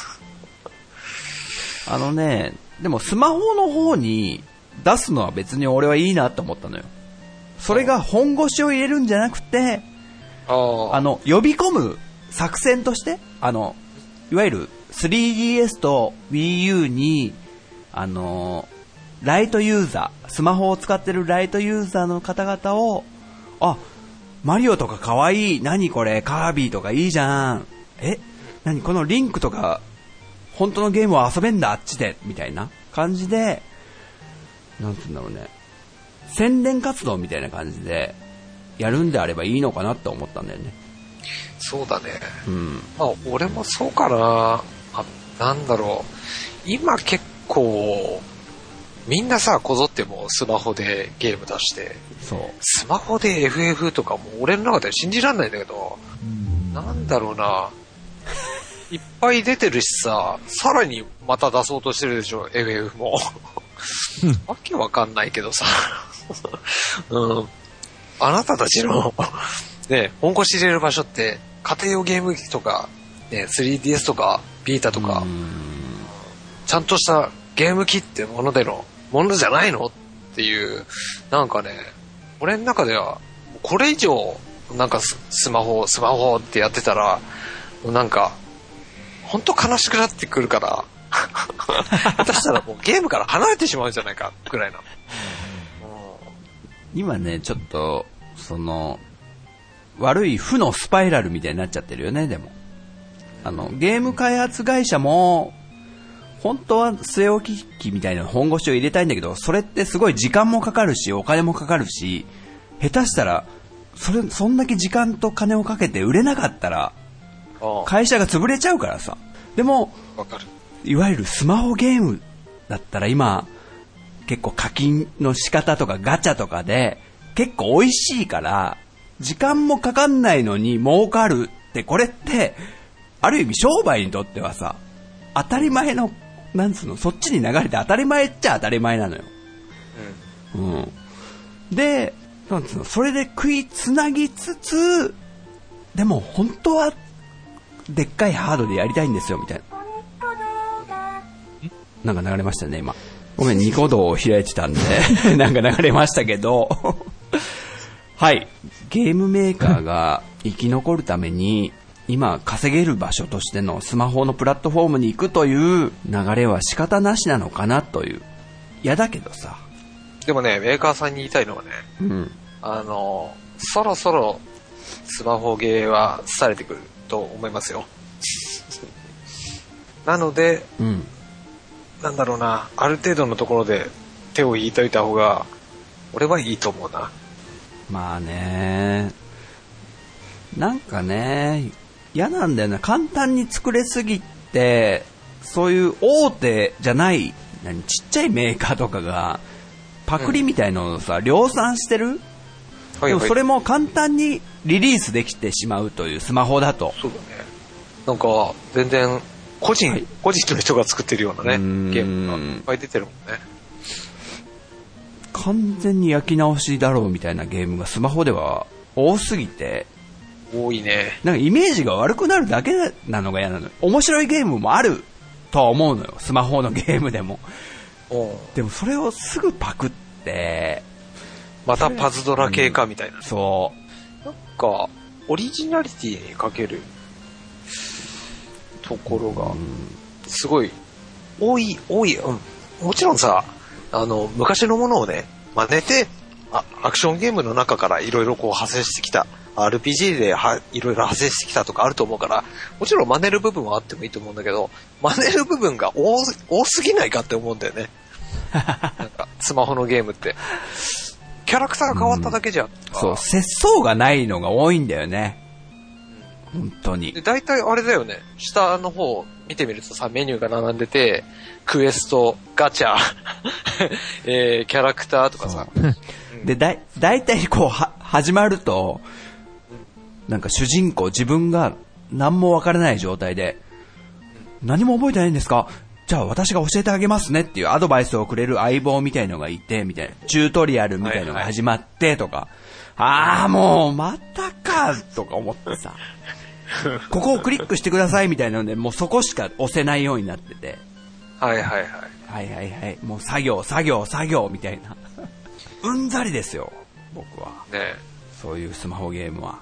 え。でもスマホの方に出すのは別に俺はいいなと思ったのよ。それが本腰を入れるんじゃなくて、呼び込む作戦として、いわゆる 3DS と Wii U に、ライトユーザー、スマホを使ってるライトユーザーの方々を、マリオとかかわいい、何これ、カービィとかいいじゃん。何このリンクとか、本当のゲームを遊べんだ、あっちで、みたいな感じで、なんて言うんだろうね。 宣伝活動みたいな感じでやるんであればいいのかなって思ったんだよね。 そうだね。 うん。 まあ、俺もそうかな。なんだろう。今結構、みんなさ、こぞってもスマホでゲーム出して、 そう。 スマホで FF とかも俺の中では信じらんないんだけど、なんだろうな。いっぱい出てるしさ、さらにまた出そうとしてるでしょ、FF も。わけわかんないけどさ。うん。あなたたちの、ね、本腰入れる場所って、家庭用ゲーム機とか、ね、3DS とか、ビータとか、ちゃんとしたゲーム機ってものでのものじゃないのっていう、なんかね、俺の中では、これ以上、なんかスマホってやってたら、なんか、ほんと悲しくなってくるから、下手したらもうゲームから離れてしまうんじゃないか、ぐらいな。 今ね、ちょっと、悪い負のスパイラルみたいになっちゃってるよね、でも。ゲーム開発会社も、本当は据え置き機みたいな本腰を入れたいんだけど、それってすごい時間もかかるし、お金もかかるし、下手したら、そんだけ時間と金をかけて売れなかったら、会社が潰れちゃうからさ。でも、いわゆるスマホゲームだったら今、結構課金の仕方とかガチャとかで、結構美味しいから、時間もかかんないのに儲かるって、これって、ある意味商売にとってはさ、当たり前の、なんつうの、そっちに流れて当たり前っちゃ当たり前なのよ。うん。で、なんつうの、それで食いつなぎつつ、でも本当は、でっかいハードでやりたいんですよ、みたいな。なんか流れましたね、今。ごめん、ニコ動を開いてたんで、なんか流れましたけど。はい。ゲームメーカーが生き残るために、今稼げる場所としてのスマホのプラットフォームに行くという流れは仕方なしなのかなという。嫌だけどさ。 でもね、メーカーさんに言いたいのはね、 うん、 そろそろスマホゲーは廃れてくると思いますよ。なので、 うん、 なんだろうな、ある程度のところで手を引いといた方が、俺はいいと思うな。 まあね、なんかね、嫌なんだよな。簡単に作れすぎて、そういう大手じゃない、ちっちゃいメーカーとかが、パクリみたいのをさ、量産してる、でもそれも簡単にリリースできてしまうというスマホだと。 そうだね。なんか、全然、個人の人が作ってるようなね、ゲームがいっぱい出てるもんね。 完全に焼き直しだろうみたいなゲームがスマホでは多すぎて、 多いね。 なんかイメージが悪くなるだけなのが嫌なのよ。面白いゲームもあるとは思うのよ、スマホのゲームでも。でもそれをすぐパクって、 またパズドラ系かみたいな、 そう。 なんか、オリジナリティにかけるところが、すごい、多い、もちろんさ、昔のものをね、真似て、アクションゲームの中からいろいろこう派生してきた、RPG でいろいろ派生してきたとかあると思うから、もちろん真似る部分はあってもいいと思うんだけど、真似る部分が多すぎないかって思うんだよね。なんか、スマホのゲームって。キャラクターが変わっただけじゃん。 そう、節操がないのが多いんだよね。本当に。 で、大体あれだよね。下の方見てみるとさ、メニューが並んでて、クエスト、ガチャ、キャラクターとかさ。 で、大体こう、始まると、なんか主人公、自分が何もわからない状態で、何も覚えてないんですか？じゃあ私が教えてあげますねっていうアドバイスをくれる相棒みたいのがいて、みたいな。チュートリアルみたいのが始まってとか、もうまたかとか思ってさ、ここをクリックしてくださいみたいなので、もうそこしか押せないようになってて。 はい。 もう作業みたいな。うんざりですよ、僕は。 ね、 そういうスマホゲームは。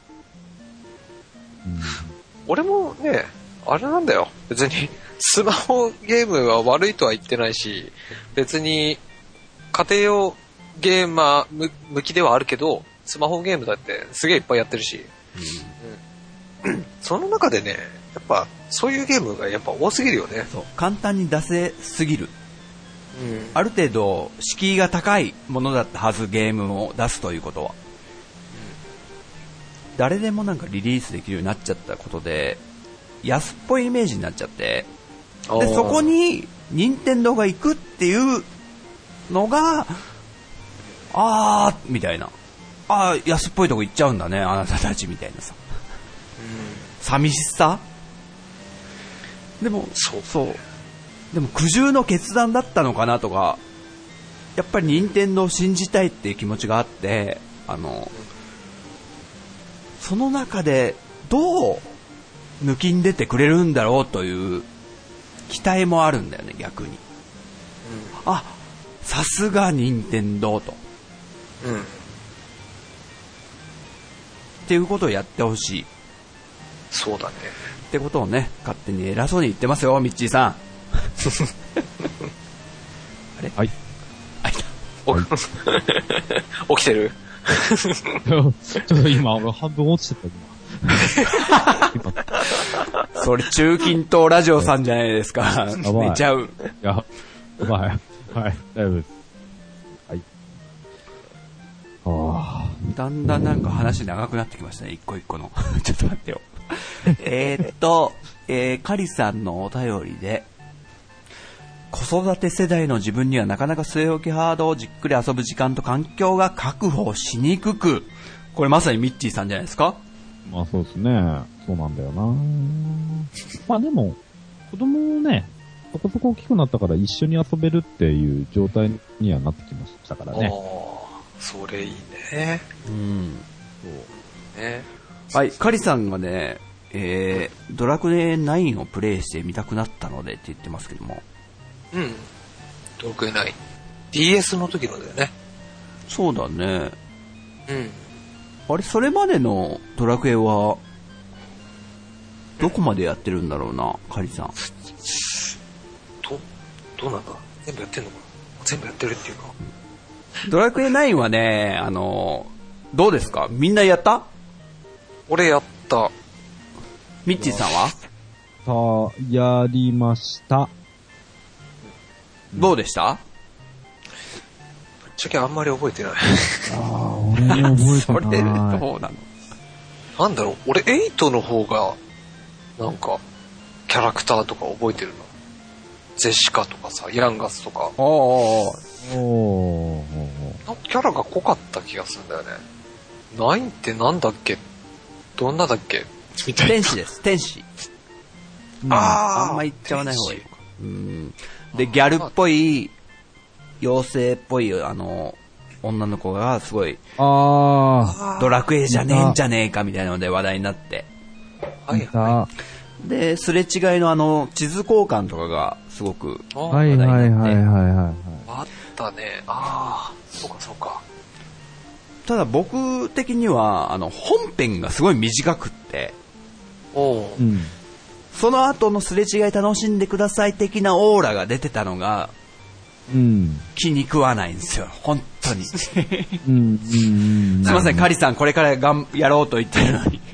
俺もね、あれなんだよ。別に、スマホゲームは悪いとは言ってないし、別に、家庭用ゲーマー向きではあるけど、スマホゲームだってすげえいっぱいやってるし、その中でね、やっぱ、そういうゲームがやっぱ多すぎるよね。 そう、簡単に出せすぎる。 ある程度敷居が高いものだったはず、ゲームを出すということは。誰でもなんかリリースできるようになっちゃったことで、安っぽいイメージになっちゃって、でそこに任天堂が行くっていうのが、みたいな、安っぽいとこ行っちゃうんだね、あなたたちみたいなさ、寂しさ。でもそうでも苦渋の決断だったのかなとか、やっぱり任天堂を信じたいっていう気持ちがあって、その中でどう抜きん出てくれるんだろうという期待もあるんだよね、逆に。さすが任天堂と、っていうことをやってほしい。 そうだね。 ってことをね、勝手に偉そうに言ってますよ、ミッチーさん。あれ、 はい。 起きてる？ ちょっと今、半分落ちてた、 今。それ、中近東ラジオさんじゃないですか。寝ちゃう。 やばい。はい、大丈夫です。はい。 だんだんなんか話長くなってきましたね、一個一個の。ちょっと待ってよ。カリさんのお便りで、子育て世代の自分にはなかなか据え置きハードをじっくり遊ぶ時間と環境が確保しにくく、これまさにミッチーさんじゃないですか？ まあそうですね。そうなんだよな。まあでも、子供もね、そこそこ大きくなったから一緒に遊べるっていう状態にはなってきましたからね。 それいいね。 そうね。はい、カリさんがね、ドラクエ9をプレイしてみたくなったのでって言ってますけども。 ドラクエ9。DS の時のだよね。 そうだね。あれ、それまでのドラクエは、どこまでやってるんだろうな、カリさん。 どうなんだ？全部やってんのかな？全部やってるっていうか。 ドラクエ9はね、どうですか？みんなやった？ 俺やった。 ミッチーさんは？ やりました。 どうでした？ ぶっちゃけあんまり覚えてない。 俺も覚えてない。 それ、どうなの？ なんだろう、俺8の方が、なんか、キャラクターとか覚えてるの。ゼシカとかさ、ヤンガスとか。キャラが濃かった気がするんだよね。9ってなんだっけ？どんなだっけ？みたいな。 天使です、天使。あんま言っちゃわない方がいいのか。で、ギャルっぽい、妖精っぽい、女の子がすごい、ドラクエじゃねえんじゃねえかみたいなので話題になって。で、すれ違いの地図交換とかがすごく話題になって。 あったね。そうか。 ただ僕的には、本編がすごい短くって、その後のすれ違い楽しんでください的なオーラが出てたのが、気に食わないんですよ、本当に。すいません、カリさん、これからやろうと言ってるのに。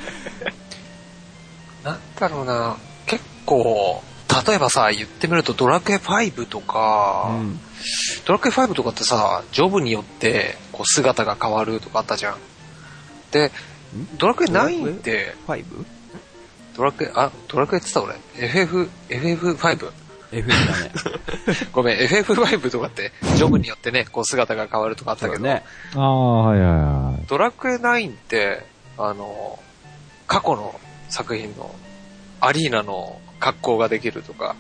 なんだろうな、結構、例えばさ、言ってみるとドラクエ5とか、ドラクエ5とかってさ、ジョブによってこう姿が変わるとかあったじゃん。で、ドラクエ9って、ドラクエって言った俺、FF5？ FF だね。 ごめん、FF5 とかって、ジョブによってね、こう姿が変わるとかあったけど、ね、ドラクエ9って、過去の作品のアリーナの格好ができるとか、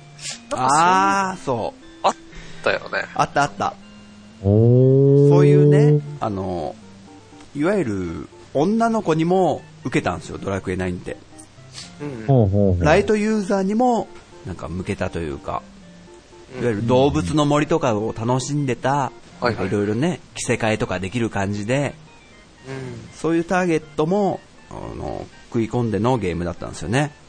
そう。 あったよね。 あった。そういうね、いわゆる女の子にも受けたんですよ、ドラクエ9って。ライトユーザーにもなんか向けたというか、いわゆる動物の森とかを楽しんでた、いろいろね、着せ替えとかできる感じで、そういうターゲットも食い込んでのゲームだったんですよね。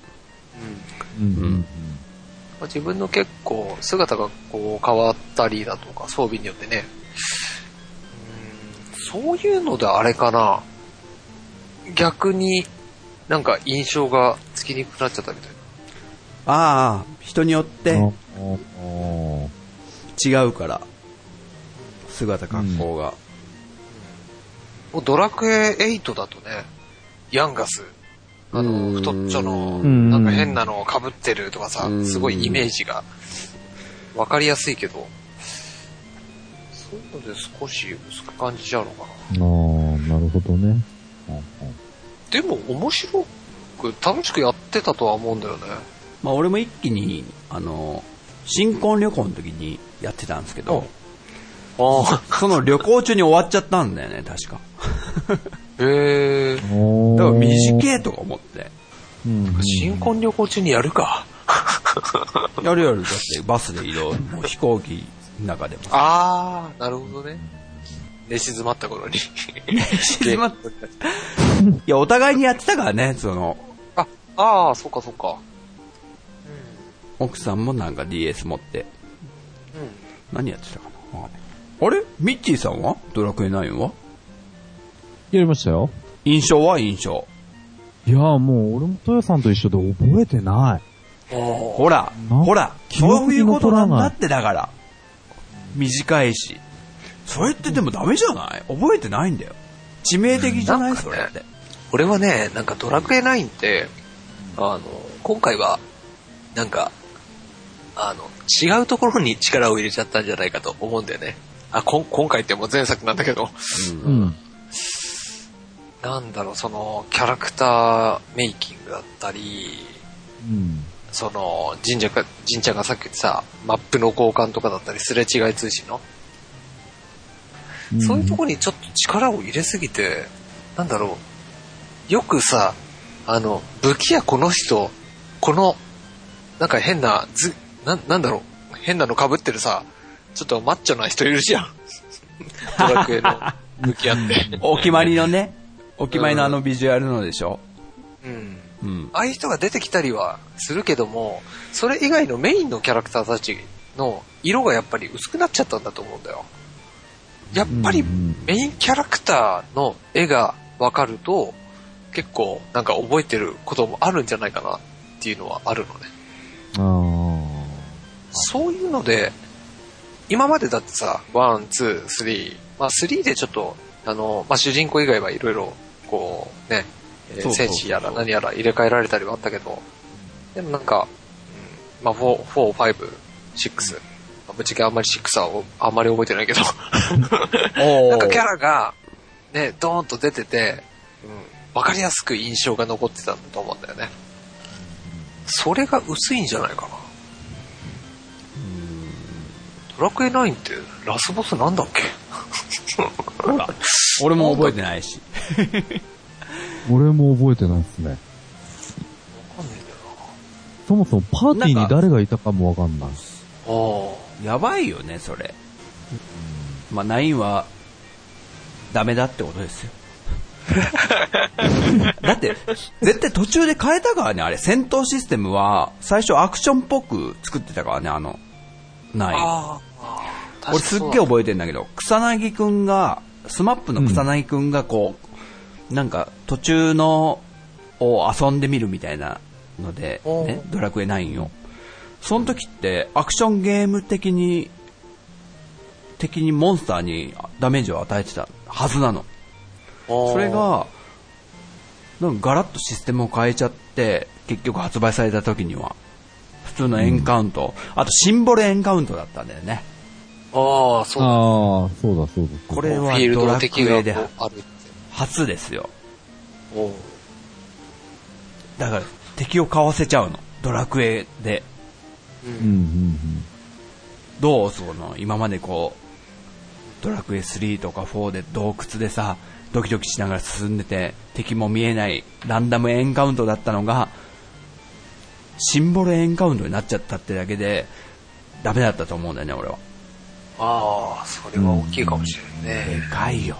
自分の結構姿がこう変わったりだとか装備によってね、そういうのであれかな、逆になんか印象がつきにくくなっちゃったみたいな。 人によって違うから、姿格好が。 もうドラクエ8だとね、ヤンガス、太っちょの、なんか変なのを被ってるとかさ、すごいイメージがわかりやすいけど、そういうので少し薄く感じちゃうのかな。 なるほどね。 でも面白く楽しくやってたとは思うんだよね。 まあ俺も一気に新婚旅行の時にやってたんですけど、その旅行中に終わっちゃったんだよね、確か。 へだから短いとか思って。 新婚旅行中にやるか。 やる。だってバスで移動、もう飛行機の中でも。 あー、なるほどね。寝静まった頃に。 寝静まった。いや、お互いにやってたからね、 ああ、そっかそっか。 奥さんもなんか DS 持って。何やってたかな。あれミッチーさんはドラクエ9はやりましたよ。 印象。 いやもう俺もトヨさんと一緒で覚えてない。 ほら、そういうことなんだってだから。短いし。それってでもダメじゃない？覚えてないんだよ。致命的じゃない？それって。 俺はね、なんかドラクエ9って、今回は、なんか、違うところに力を入れちゃったんじゃないかと思うんだよね。今回ってもう前作なんだけど。なんだろう、その、キャラクターメイキングだったり、その、神ちゃんがさっき言ってさ、マップの交換とかだったり、すれ違い通信の。そういうところにちょっと力を入れすぎて、なんだろう、よくさ、武器屋この人、なんか変な、なんだろう、変なの被ってるさ、ちょっとマッチョな人いるじゃん。ドラクエの武器屋って。 お決まりのね、ビジュアルのでしょ。 ああいう人が出てきたりはするけども、それ以外のメインのキャラクターたちの色がやっぱり薄くなっちゃったんだと思うんだよ。やっぱりメインキャラクターの絵が分かると結構なんか覚えてることもあるんじゃないかなっていうのはあるのね。そういうので今までだってさ、1、2、3、まあ3でちょっと主人公以外はいろいろこうね、戦士やら何やら入れ替えられたりはあったけど、でもなんか、まあ4、5、6、ぶっちゃけあんまり6はあんまり覚えてないけどなんかキャラがねドーンと出てて、わかりやすく印象が残ってたんだと思うんだよね。それが薄いんじゃないかな。ドラクエ9ってラスボスなんだっけ？ ほら、俺も覚えてないし。 俺も覚えてないですね。 わかんないんだよな。 そもそもパーティーに誰がいたかもわかんない。 やばいよね、それ。まあ、9は、ダメだってことですよ。だって、絶対途中で変えたからね、あれ。戦闘システムは、最初アクションっぽく作ってたからね、9。俺すっげえ覚えてんだけど、草薙くんが、スマップの草薙くんがこう、なんか途中のを遊んでみるみたいなので、ね、ドラクエ9を。その時ってアクションゲーム的にモンスターにダメージを与えてたはずなの。それがなんかガラッとシステムを変えちゃって、結局発売された時には普通のエンカウント、あとシンボルエンカウントだったんだよね。 そうだ。 これはドラクエで初ですよ。だから敵をかわせちゃうの、ドラクエで。どうその今までこうドラクエ3とか4で洞窟でさ、ドキドキしながら進んでて敵も見えないランダムエンカウントだったのがシンボルエンカウントになっちゃったってだけでダメだったと思うんだよね、俺は。 それは大きいかもしれないね。 でかいよ。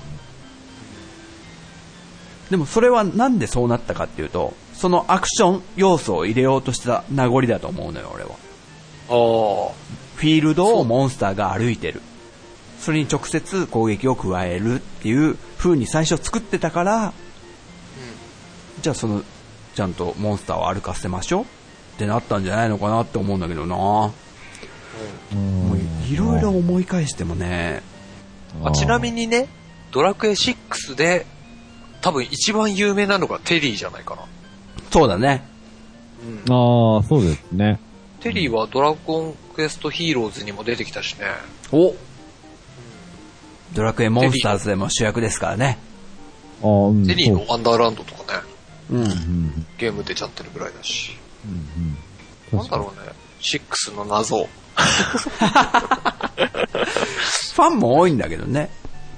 でもそれはなんでそうなったかっていうと、そのアクション要素を入れようとした名残だと思うのよ、俺は。フィールドをモンスターが歩いてる、それに直接攻撃を加えるっていう風に最初作ってたから、じゃあそのちゃんとモンスターを歩かせましょうってなったんじゃないのかなって思うんだけどな。もういろいろ思い返してもね。 ちなみにね、ドラクエ6で多分一番有名なのがテリーじゃないかな。 そうだね。 うん、 ああ、そうですね。 テリーはドラゴンクエストヒーローズにも出てきたしね。 お、ドラクエモンスターズでも主役ですからね。 ああ、うん。 テリーのワンダーランドとかね。 うん。 ゲーム出ちゃってるぐらいだし。 うん。 なんだろうね。6の謎。 ファンも多いんだけどね。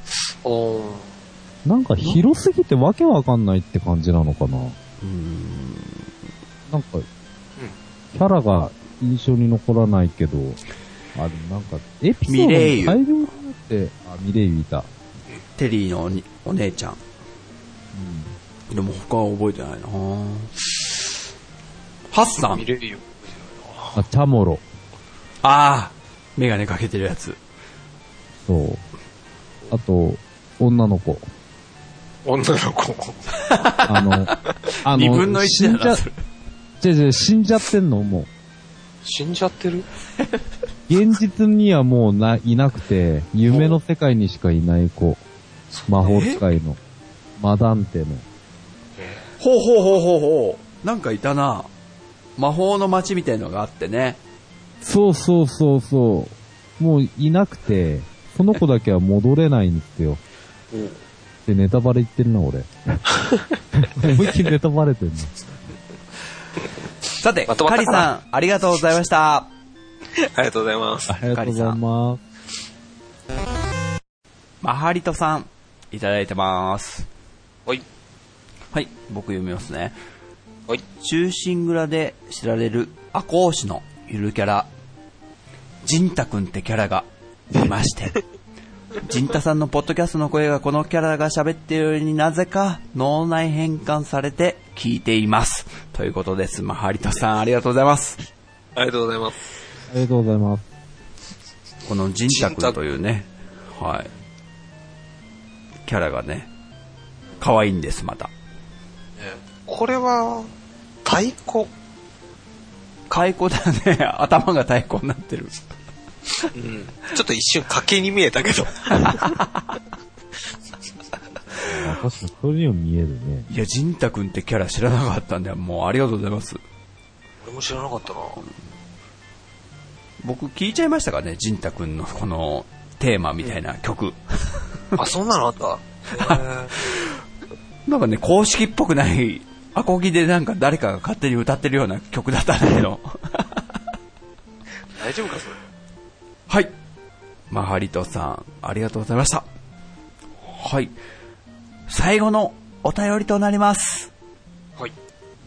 なんか広すぎてわけわかんないって感じなのかな。なんか、キャラが印象に残らないけど、なんか、エピソードに大量になって、ミレイユいた。 テリーのお姉ちゃん。でも他は覚えてないな。ハッサン。 ミレイユ。 チャモロ。 ああ、メガネかけてるやつ。 そう。あと、女の子。 女の子。 二分の一だな、それ。死んじゃってんのもう。 死んじゃってる？ 現実にはもういなくて、夢の世界にしかいない子。魔法使いの。マダンテの。 ほう。なんかいたな。魔法の街みたいのがあってね。 そう。もういなくて、その子だけは戻れないんですよ。で、ネタバレ言ってるな、俺。思いっきりネタバレてんの。 さて、カリさん、ありがとうございました。 ありがとうございます。 ありがとうございます。 マハリトさん、いただいてます。 はい、 僕読みますね。 はい。 忠臣蔵で知られる赤穂市のゆるキャラ、ジンタくんってキャラがいまして、ジンタさんのポッドキャストの声がこのキャラが喋っているようになぜか脳内変換されて聞いています。ということです。マハリトさん、ありがとうございます。 ありがとうございます。 ありがとうございます。 このジンタくんというね、キャラがね、可愛いんです、また。 これは、太鼓。 太鼓だね。頭が太鼓になってる。 ちょっと一瞬賭けに見えたけど。 確かにそういうの見えるね。 いや、ジンタくんってキャラ知らなかったんで、もうありがとうございます。 俺も知らなかったな。 僕聞いちゃいましたからね、ジンタくんのこのテーマみたいな曲。 あ、そんなのあった？ なんかね、公式っぽくないアコギでなんか誰かが勝手に歌ってるような曲だったんだけど。 大丈夫かそれ。 はい。マハリトさん、ありがとうございました。はい。最後のお便りとなります。 はい。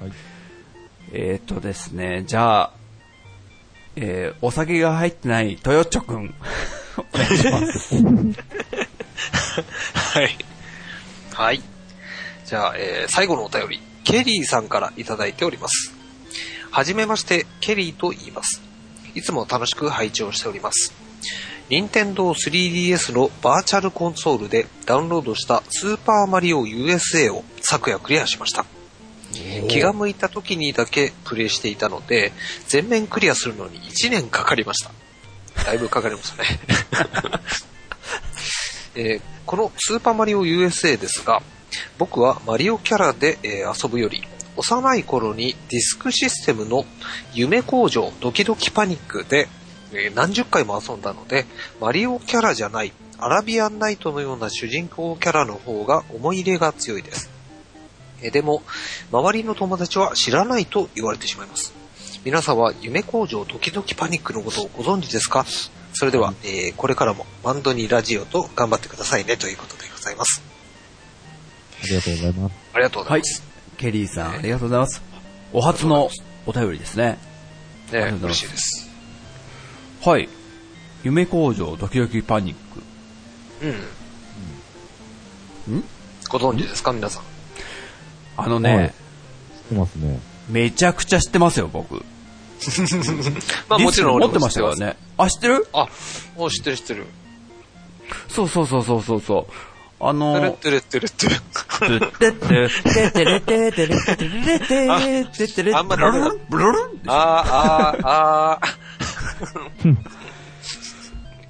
ですね、じゃあ、お酒が入ってないトヨッチョくん、お願いします。 はい。じゃあ、最後のお便り、ケリーさんからいただいております。はじめまして、ケリーと言います。いつも楽しく拝聴しております。任天堂 3DS のバーチャルコンソールでダウンロードしたスーパーマリオ USA を昨夜クリアしました。気が向いた時にだけプレイしていたので、全面クリアするのに1年かかりました。だいぶかかりましたね。このスーパーマリオ USA ですが、僕はマリオキャラで、遊ぶより、幼い頃にディスクシステムの夢工場ドキドキパニックで、何十回も遊んだので、マリオキャラじゃないアラビアンナイトのような主人公キャラの方が思い入れが強いです。でも、周りの友達は知らないと言われてしまいます。皆さんは夢工場ドキドキパニックのことをご存知ですか？それでは、これからもバンドにラジオと頑張ってくださいねということでございます。 ありがとうございます。 ありがとうございます。 ケリーさん、ありがとうございます。お初のお便りですね。 嬉しいです。 はい。夢工場ドキドキパニック。 ご存知ですか皆さん。 あのね、 知ってますね。 めちゃくちゃ知ってますよ、僕。 まあもちろん俺持ってましたからね。あ、知ってる？ あ、もう知ってる知ってる。 そう。 トゥルトゥルトゥルトゥル。あんまダメだ。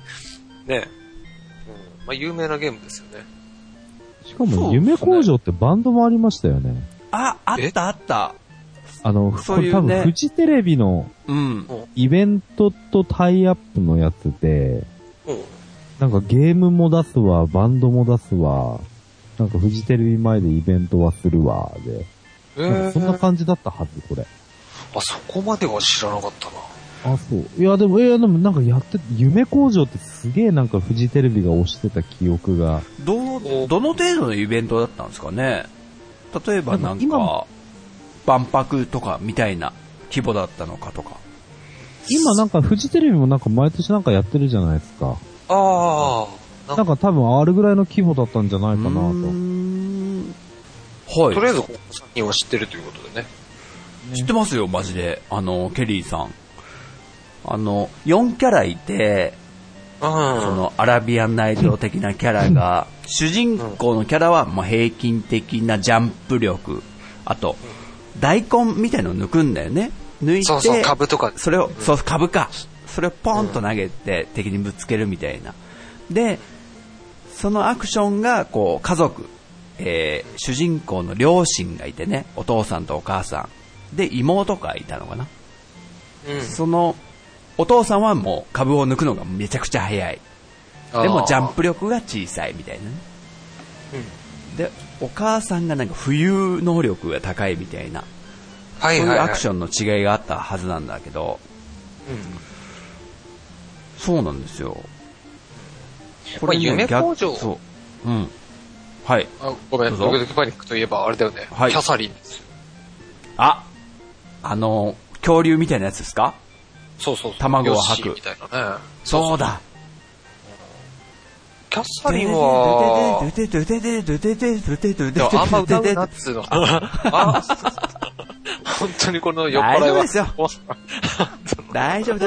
ね。まあ、有名なゲームですよね。 しかも、夢工場ってバンドもありましたよね。 あったあった。 これ多分フジテレビのイベントとタイアップのやつで、なんかゲームも出すわ、バンドも出すわ、なんかフジテレビ前でイベントはするわ、で。そんな感じだったはず、これ。 あ、そこまでは知らなかったな。 あ、そう。いや、でもなんか夢工場ってすげえなんかフジテレビが推してた記憶が。 どの程度のイベントだったんですかね。例えばなんか、万博とかみたいな規模だったのかとか。 今なんかフジテレビもなんか毎年なんかやってるじゃないですか。 ああ。 なんか多分あるぐらいの規模だったんじゃないかなと。 はい。 とりあえず、3人は知ってるということでね。 知ってますよ、マジで。ケリーさん。4キャラいて、そのアラビアンナイト的なキャラが、主人公のキャラはもう平均的なジャンプ力、あと、大根みたいのを抜くんだよね。抜いて、 そう株とか。 それを、株か。それをポンと投げて敵にぶつけるみたいな。で、そのアクションが、こう、家族、主人公の両親がいてね、お父さんとお母さん。で、妹がいたのかな。その、お父さんはもう株を抜くのがめちゃくちゃ早い。でもジャンプ力が小さいみたいなね。で、お母さんがなんか浮遊能力が高いみたいな。そういうアクションの違いがあったはずなんだけど。そうなんですよ。 これ、夢工場。 そう。はい。 ごめん、ドキドキパニックといえばあれだよね。はい、キャサリンですよ。 恐竜みたいなやつですか？ そう。 卵を吐く。 みたいなね。 そうだ。 キャサリンは、あんま歌うなっつうの。本当にこの酔っ払いは。 大丈夫ですよ。大丈夫。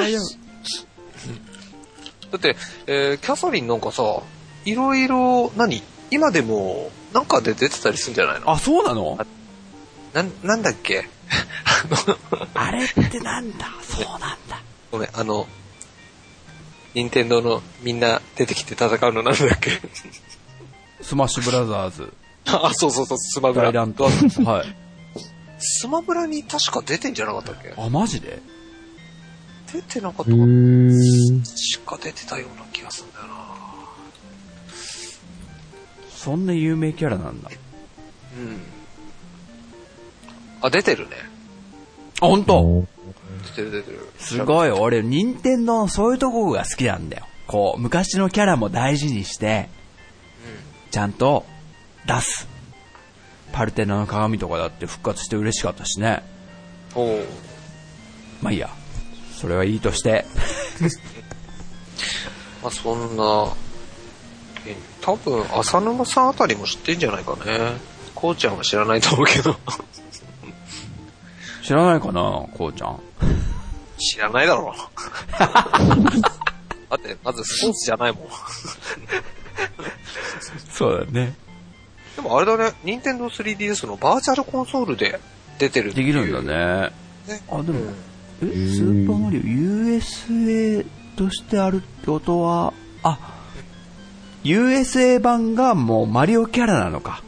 だって、キャサリンなんかさ、いろいろ、今でも、なんかで出てたりするんじゃないの？ あ、そうなの？ なんだっけあれってなんだ？そうなんだ。 ごめん、任天堂のみんな出てきて戦うのなんだっけスマッシュブラザーズ。 あ、そう、スマブラ。 大乱闘。はい。 スマブラに確か出てんじゃなかったっけ？ あ、マジで？ 出てなかったか確か出てたような気がするんだよな。 そんな有名キャラなんだ。 あ、出てるね。 あ、ほんと？ 出てる。 すごい、俺、任天堂のそういうとこが好きなんだよ。こう、昔のキャラも大事にして、ちゃんと出す。パルテナの鏡とかだって復活して嬉しかったしね。まあいいや。それはいいとして。 まあそんな、多分、浅沼さんあたりも知ってんじゃないかね。こうちゃんは知らないと思うけど。 知らないかな、こうちゃん。 知らないだろ。だって、まずスポーツじゃないもん。 そうだね。 でもあれだね、任天堂 3DS のバーチャルコンソールで出てるっていう。 できるんだね。あ、でも、スーパーマリオ USA としてあるってことは、USA 版がもうマリオキャラなのか。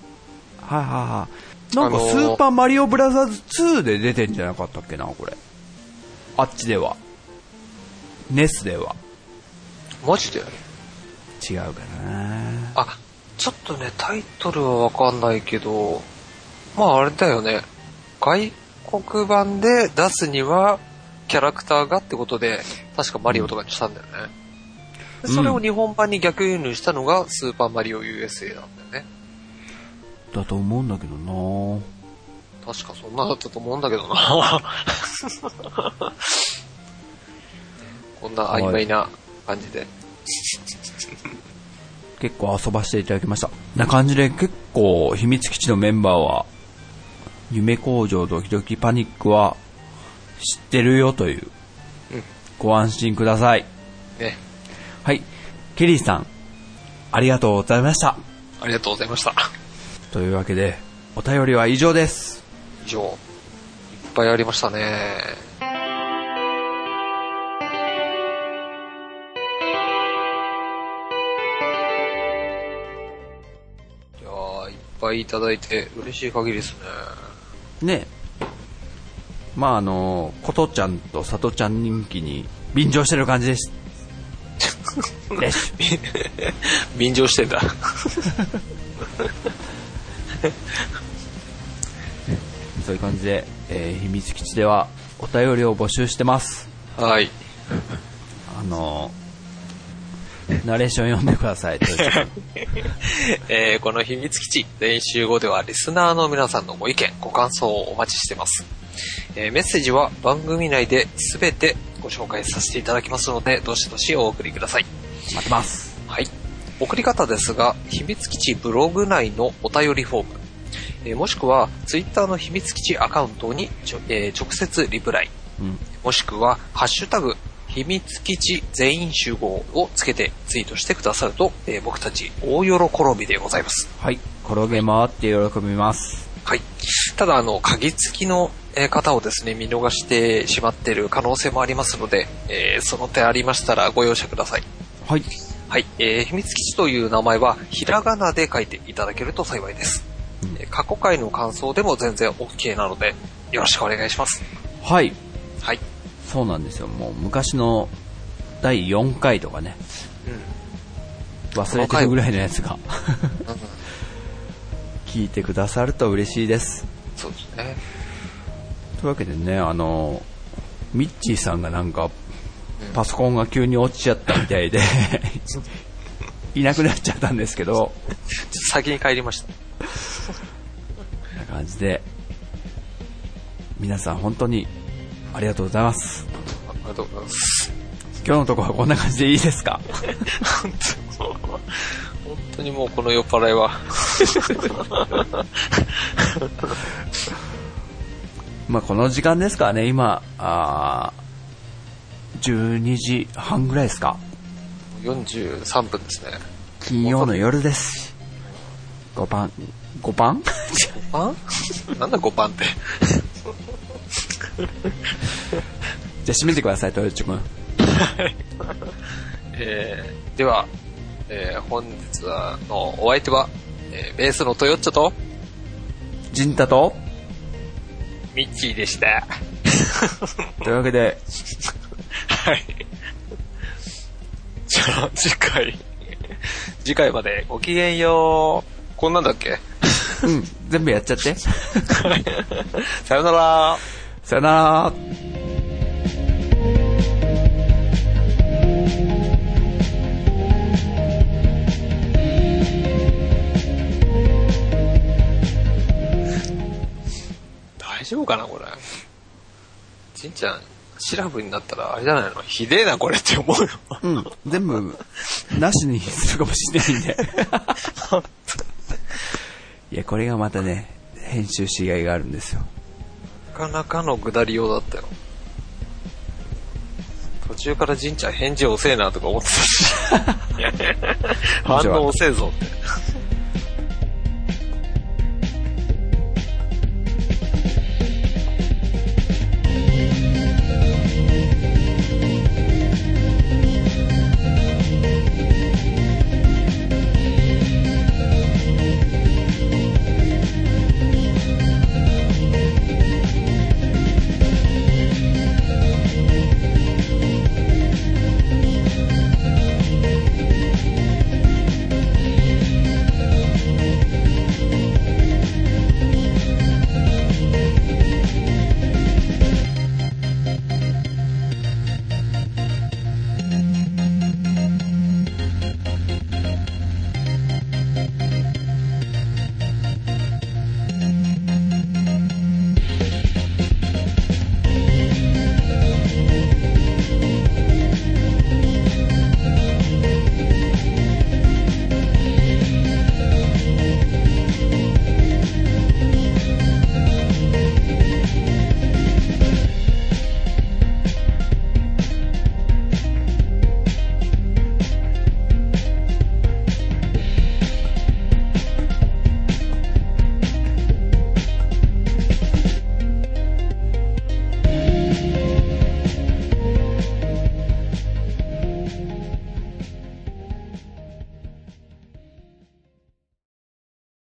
なんかスーパーマリオブラザーズ2で出てんじゃなかったっけな、これ。あっちでは。NES では。 マジで？ 違うかな。 ちょっとね、タイトルはわかんないけど、まああれだよね。外国版で出すには、キャラクターがってことで、確かマリオとかにしたんだよね。でそれを日本版に逆輸入したのが、スーパーマリオ USA なんだよね。 だと思うんだけどな。 確かそんなだったと思うんだけどな。こんな曖昧な感じで。 結構遊ばせていただきました。な感じで結構秘密基地のメンバーは夢工場ドキドキパニックは知ってるよという、ご安心ください。 ね。 はい。ケリーさん、ありがとうございました。 ありがとうございました。 というわけで、お便りは以上です。 以上。いっぱいありましたね。 ぱいいただいて嬉しい限りですね。ね。まあことちゃんとさとちゃん人気に便乗してる感じです。 便乗してんだ。 そういう感じで、秘密基地ではお便りを募集してます。 はい。 ナレーション読んでください。 この秘密基地全員集合ではリスナーの皆さんのご意見ご感想をお待ちしてます。メッセージは番組内で全てご紹介させていただきますので、どしどしお送りください。 待ってます。 はい。送り方ですが、秘密基地ブログ内のお便りフォーム、もしくはツイッターの秘密基地アカウントに直接リプライ、もしくはハッシュタグ秘密基地全員集合をつけてツイートしてくださると、僕たち大喜びでございます。 はい。転げ回って喜びます。 はい。ただ鍵付きの方をですね、見逃してしまっている可能性もありますので、その点ありましたらご容赦ください。 はい。 はい。秘密基地という名前はひらがなで書いていただけると幸いです。過去回の感想でも全然 OK なので、よろしくお願いします。 はい。 はい。 そうなんですよ。もう昔の第4回とかね、忘れてるぐらいのやつが聞いてくださると嬉しいです。 そうですね。 というわけでね、ミッチーさんがなんかパソコンが急に落ちちゃったみたいでいなくなっちゃったんですけど、 先に帰りました。こんな感じで皆さん本当にありがとうございます。 ありがとうございます。 今日のところはこんな感じでいいですか？ 本当にもうこの酔っ払いはまあこの時間ですからね、今12時半ぐらいですか。 43分ですね。 金曜の夜です。5番5番 5番なんだ5番ってじゃあ締めてください、トヨッチ君。 では、本日のお相手は、ベースのトヨッチョとジンタとミッチーでした。 というわけではい。じゃあ次回までごきげんよう。こんなんだっけ？ うん、全部やっちゃって。 さよなら。 さよなら。 大丈夫かなこれ。じんちゃんシラフになったらあれじゃないの、ひでえなこれって思うよ。 うん、全部なしにするかもしれないんで。いや、これがまたね、編集しがいがあるんですよ。 なかなかの下りようだったよ。途中からじんちゃん返事遅えなとか思ってたし。反応遅えぞって。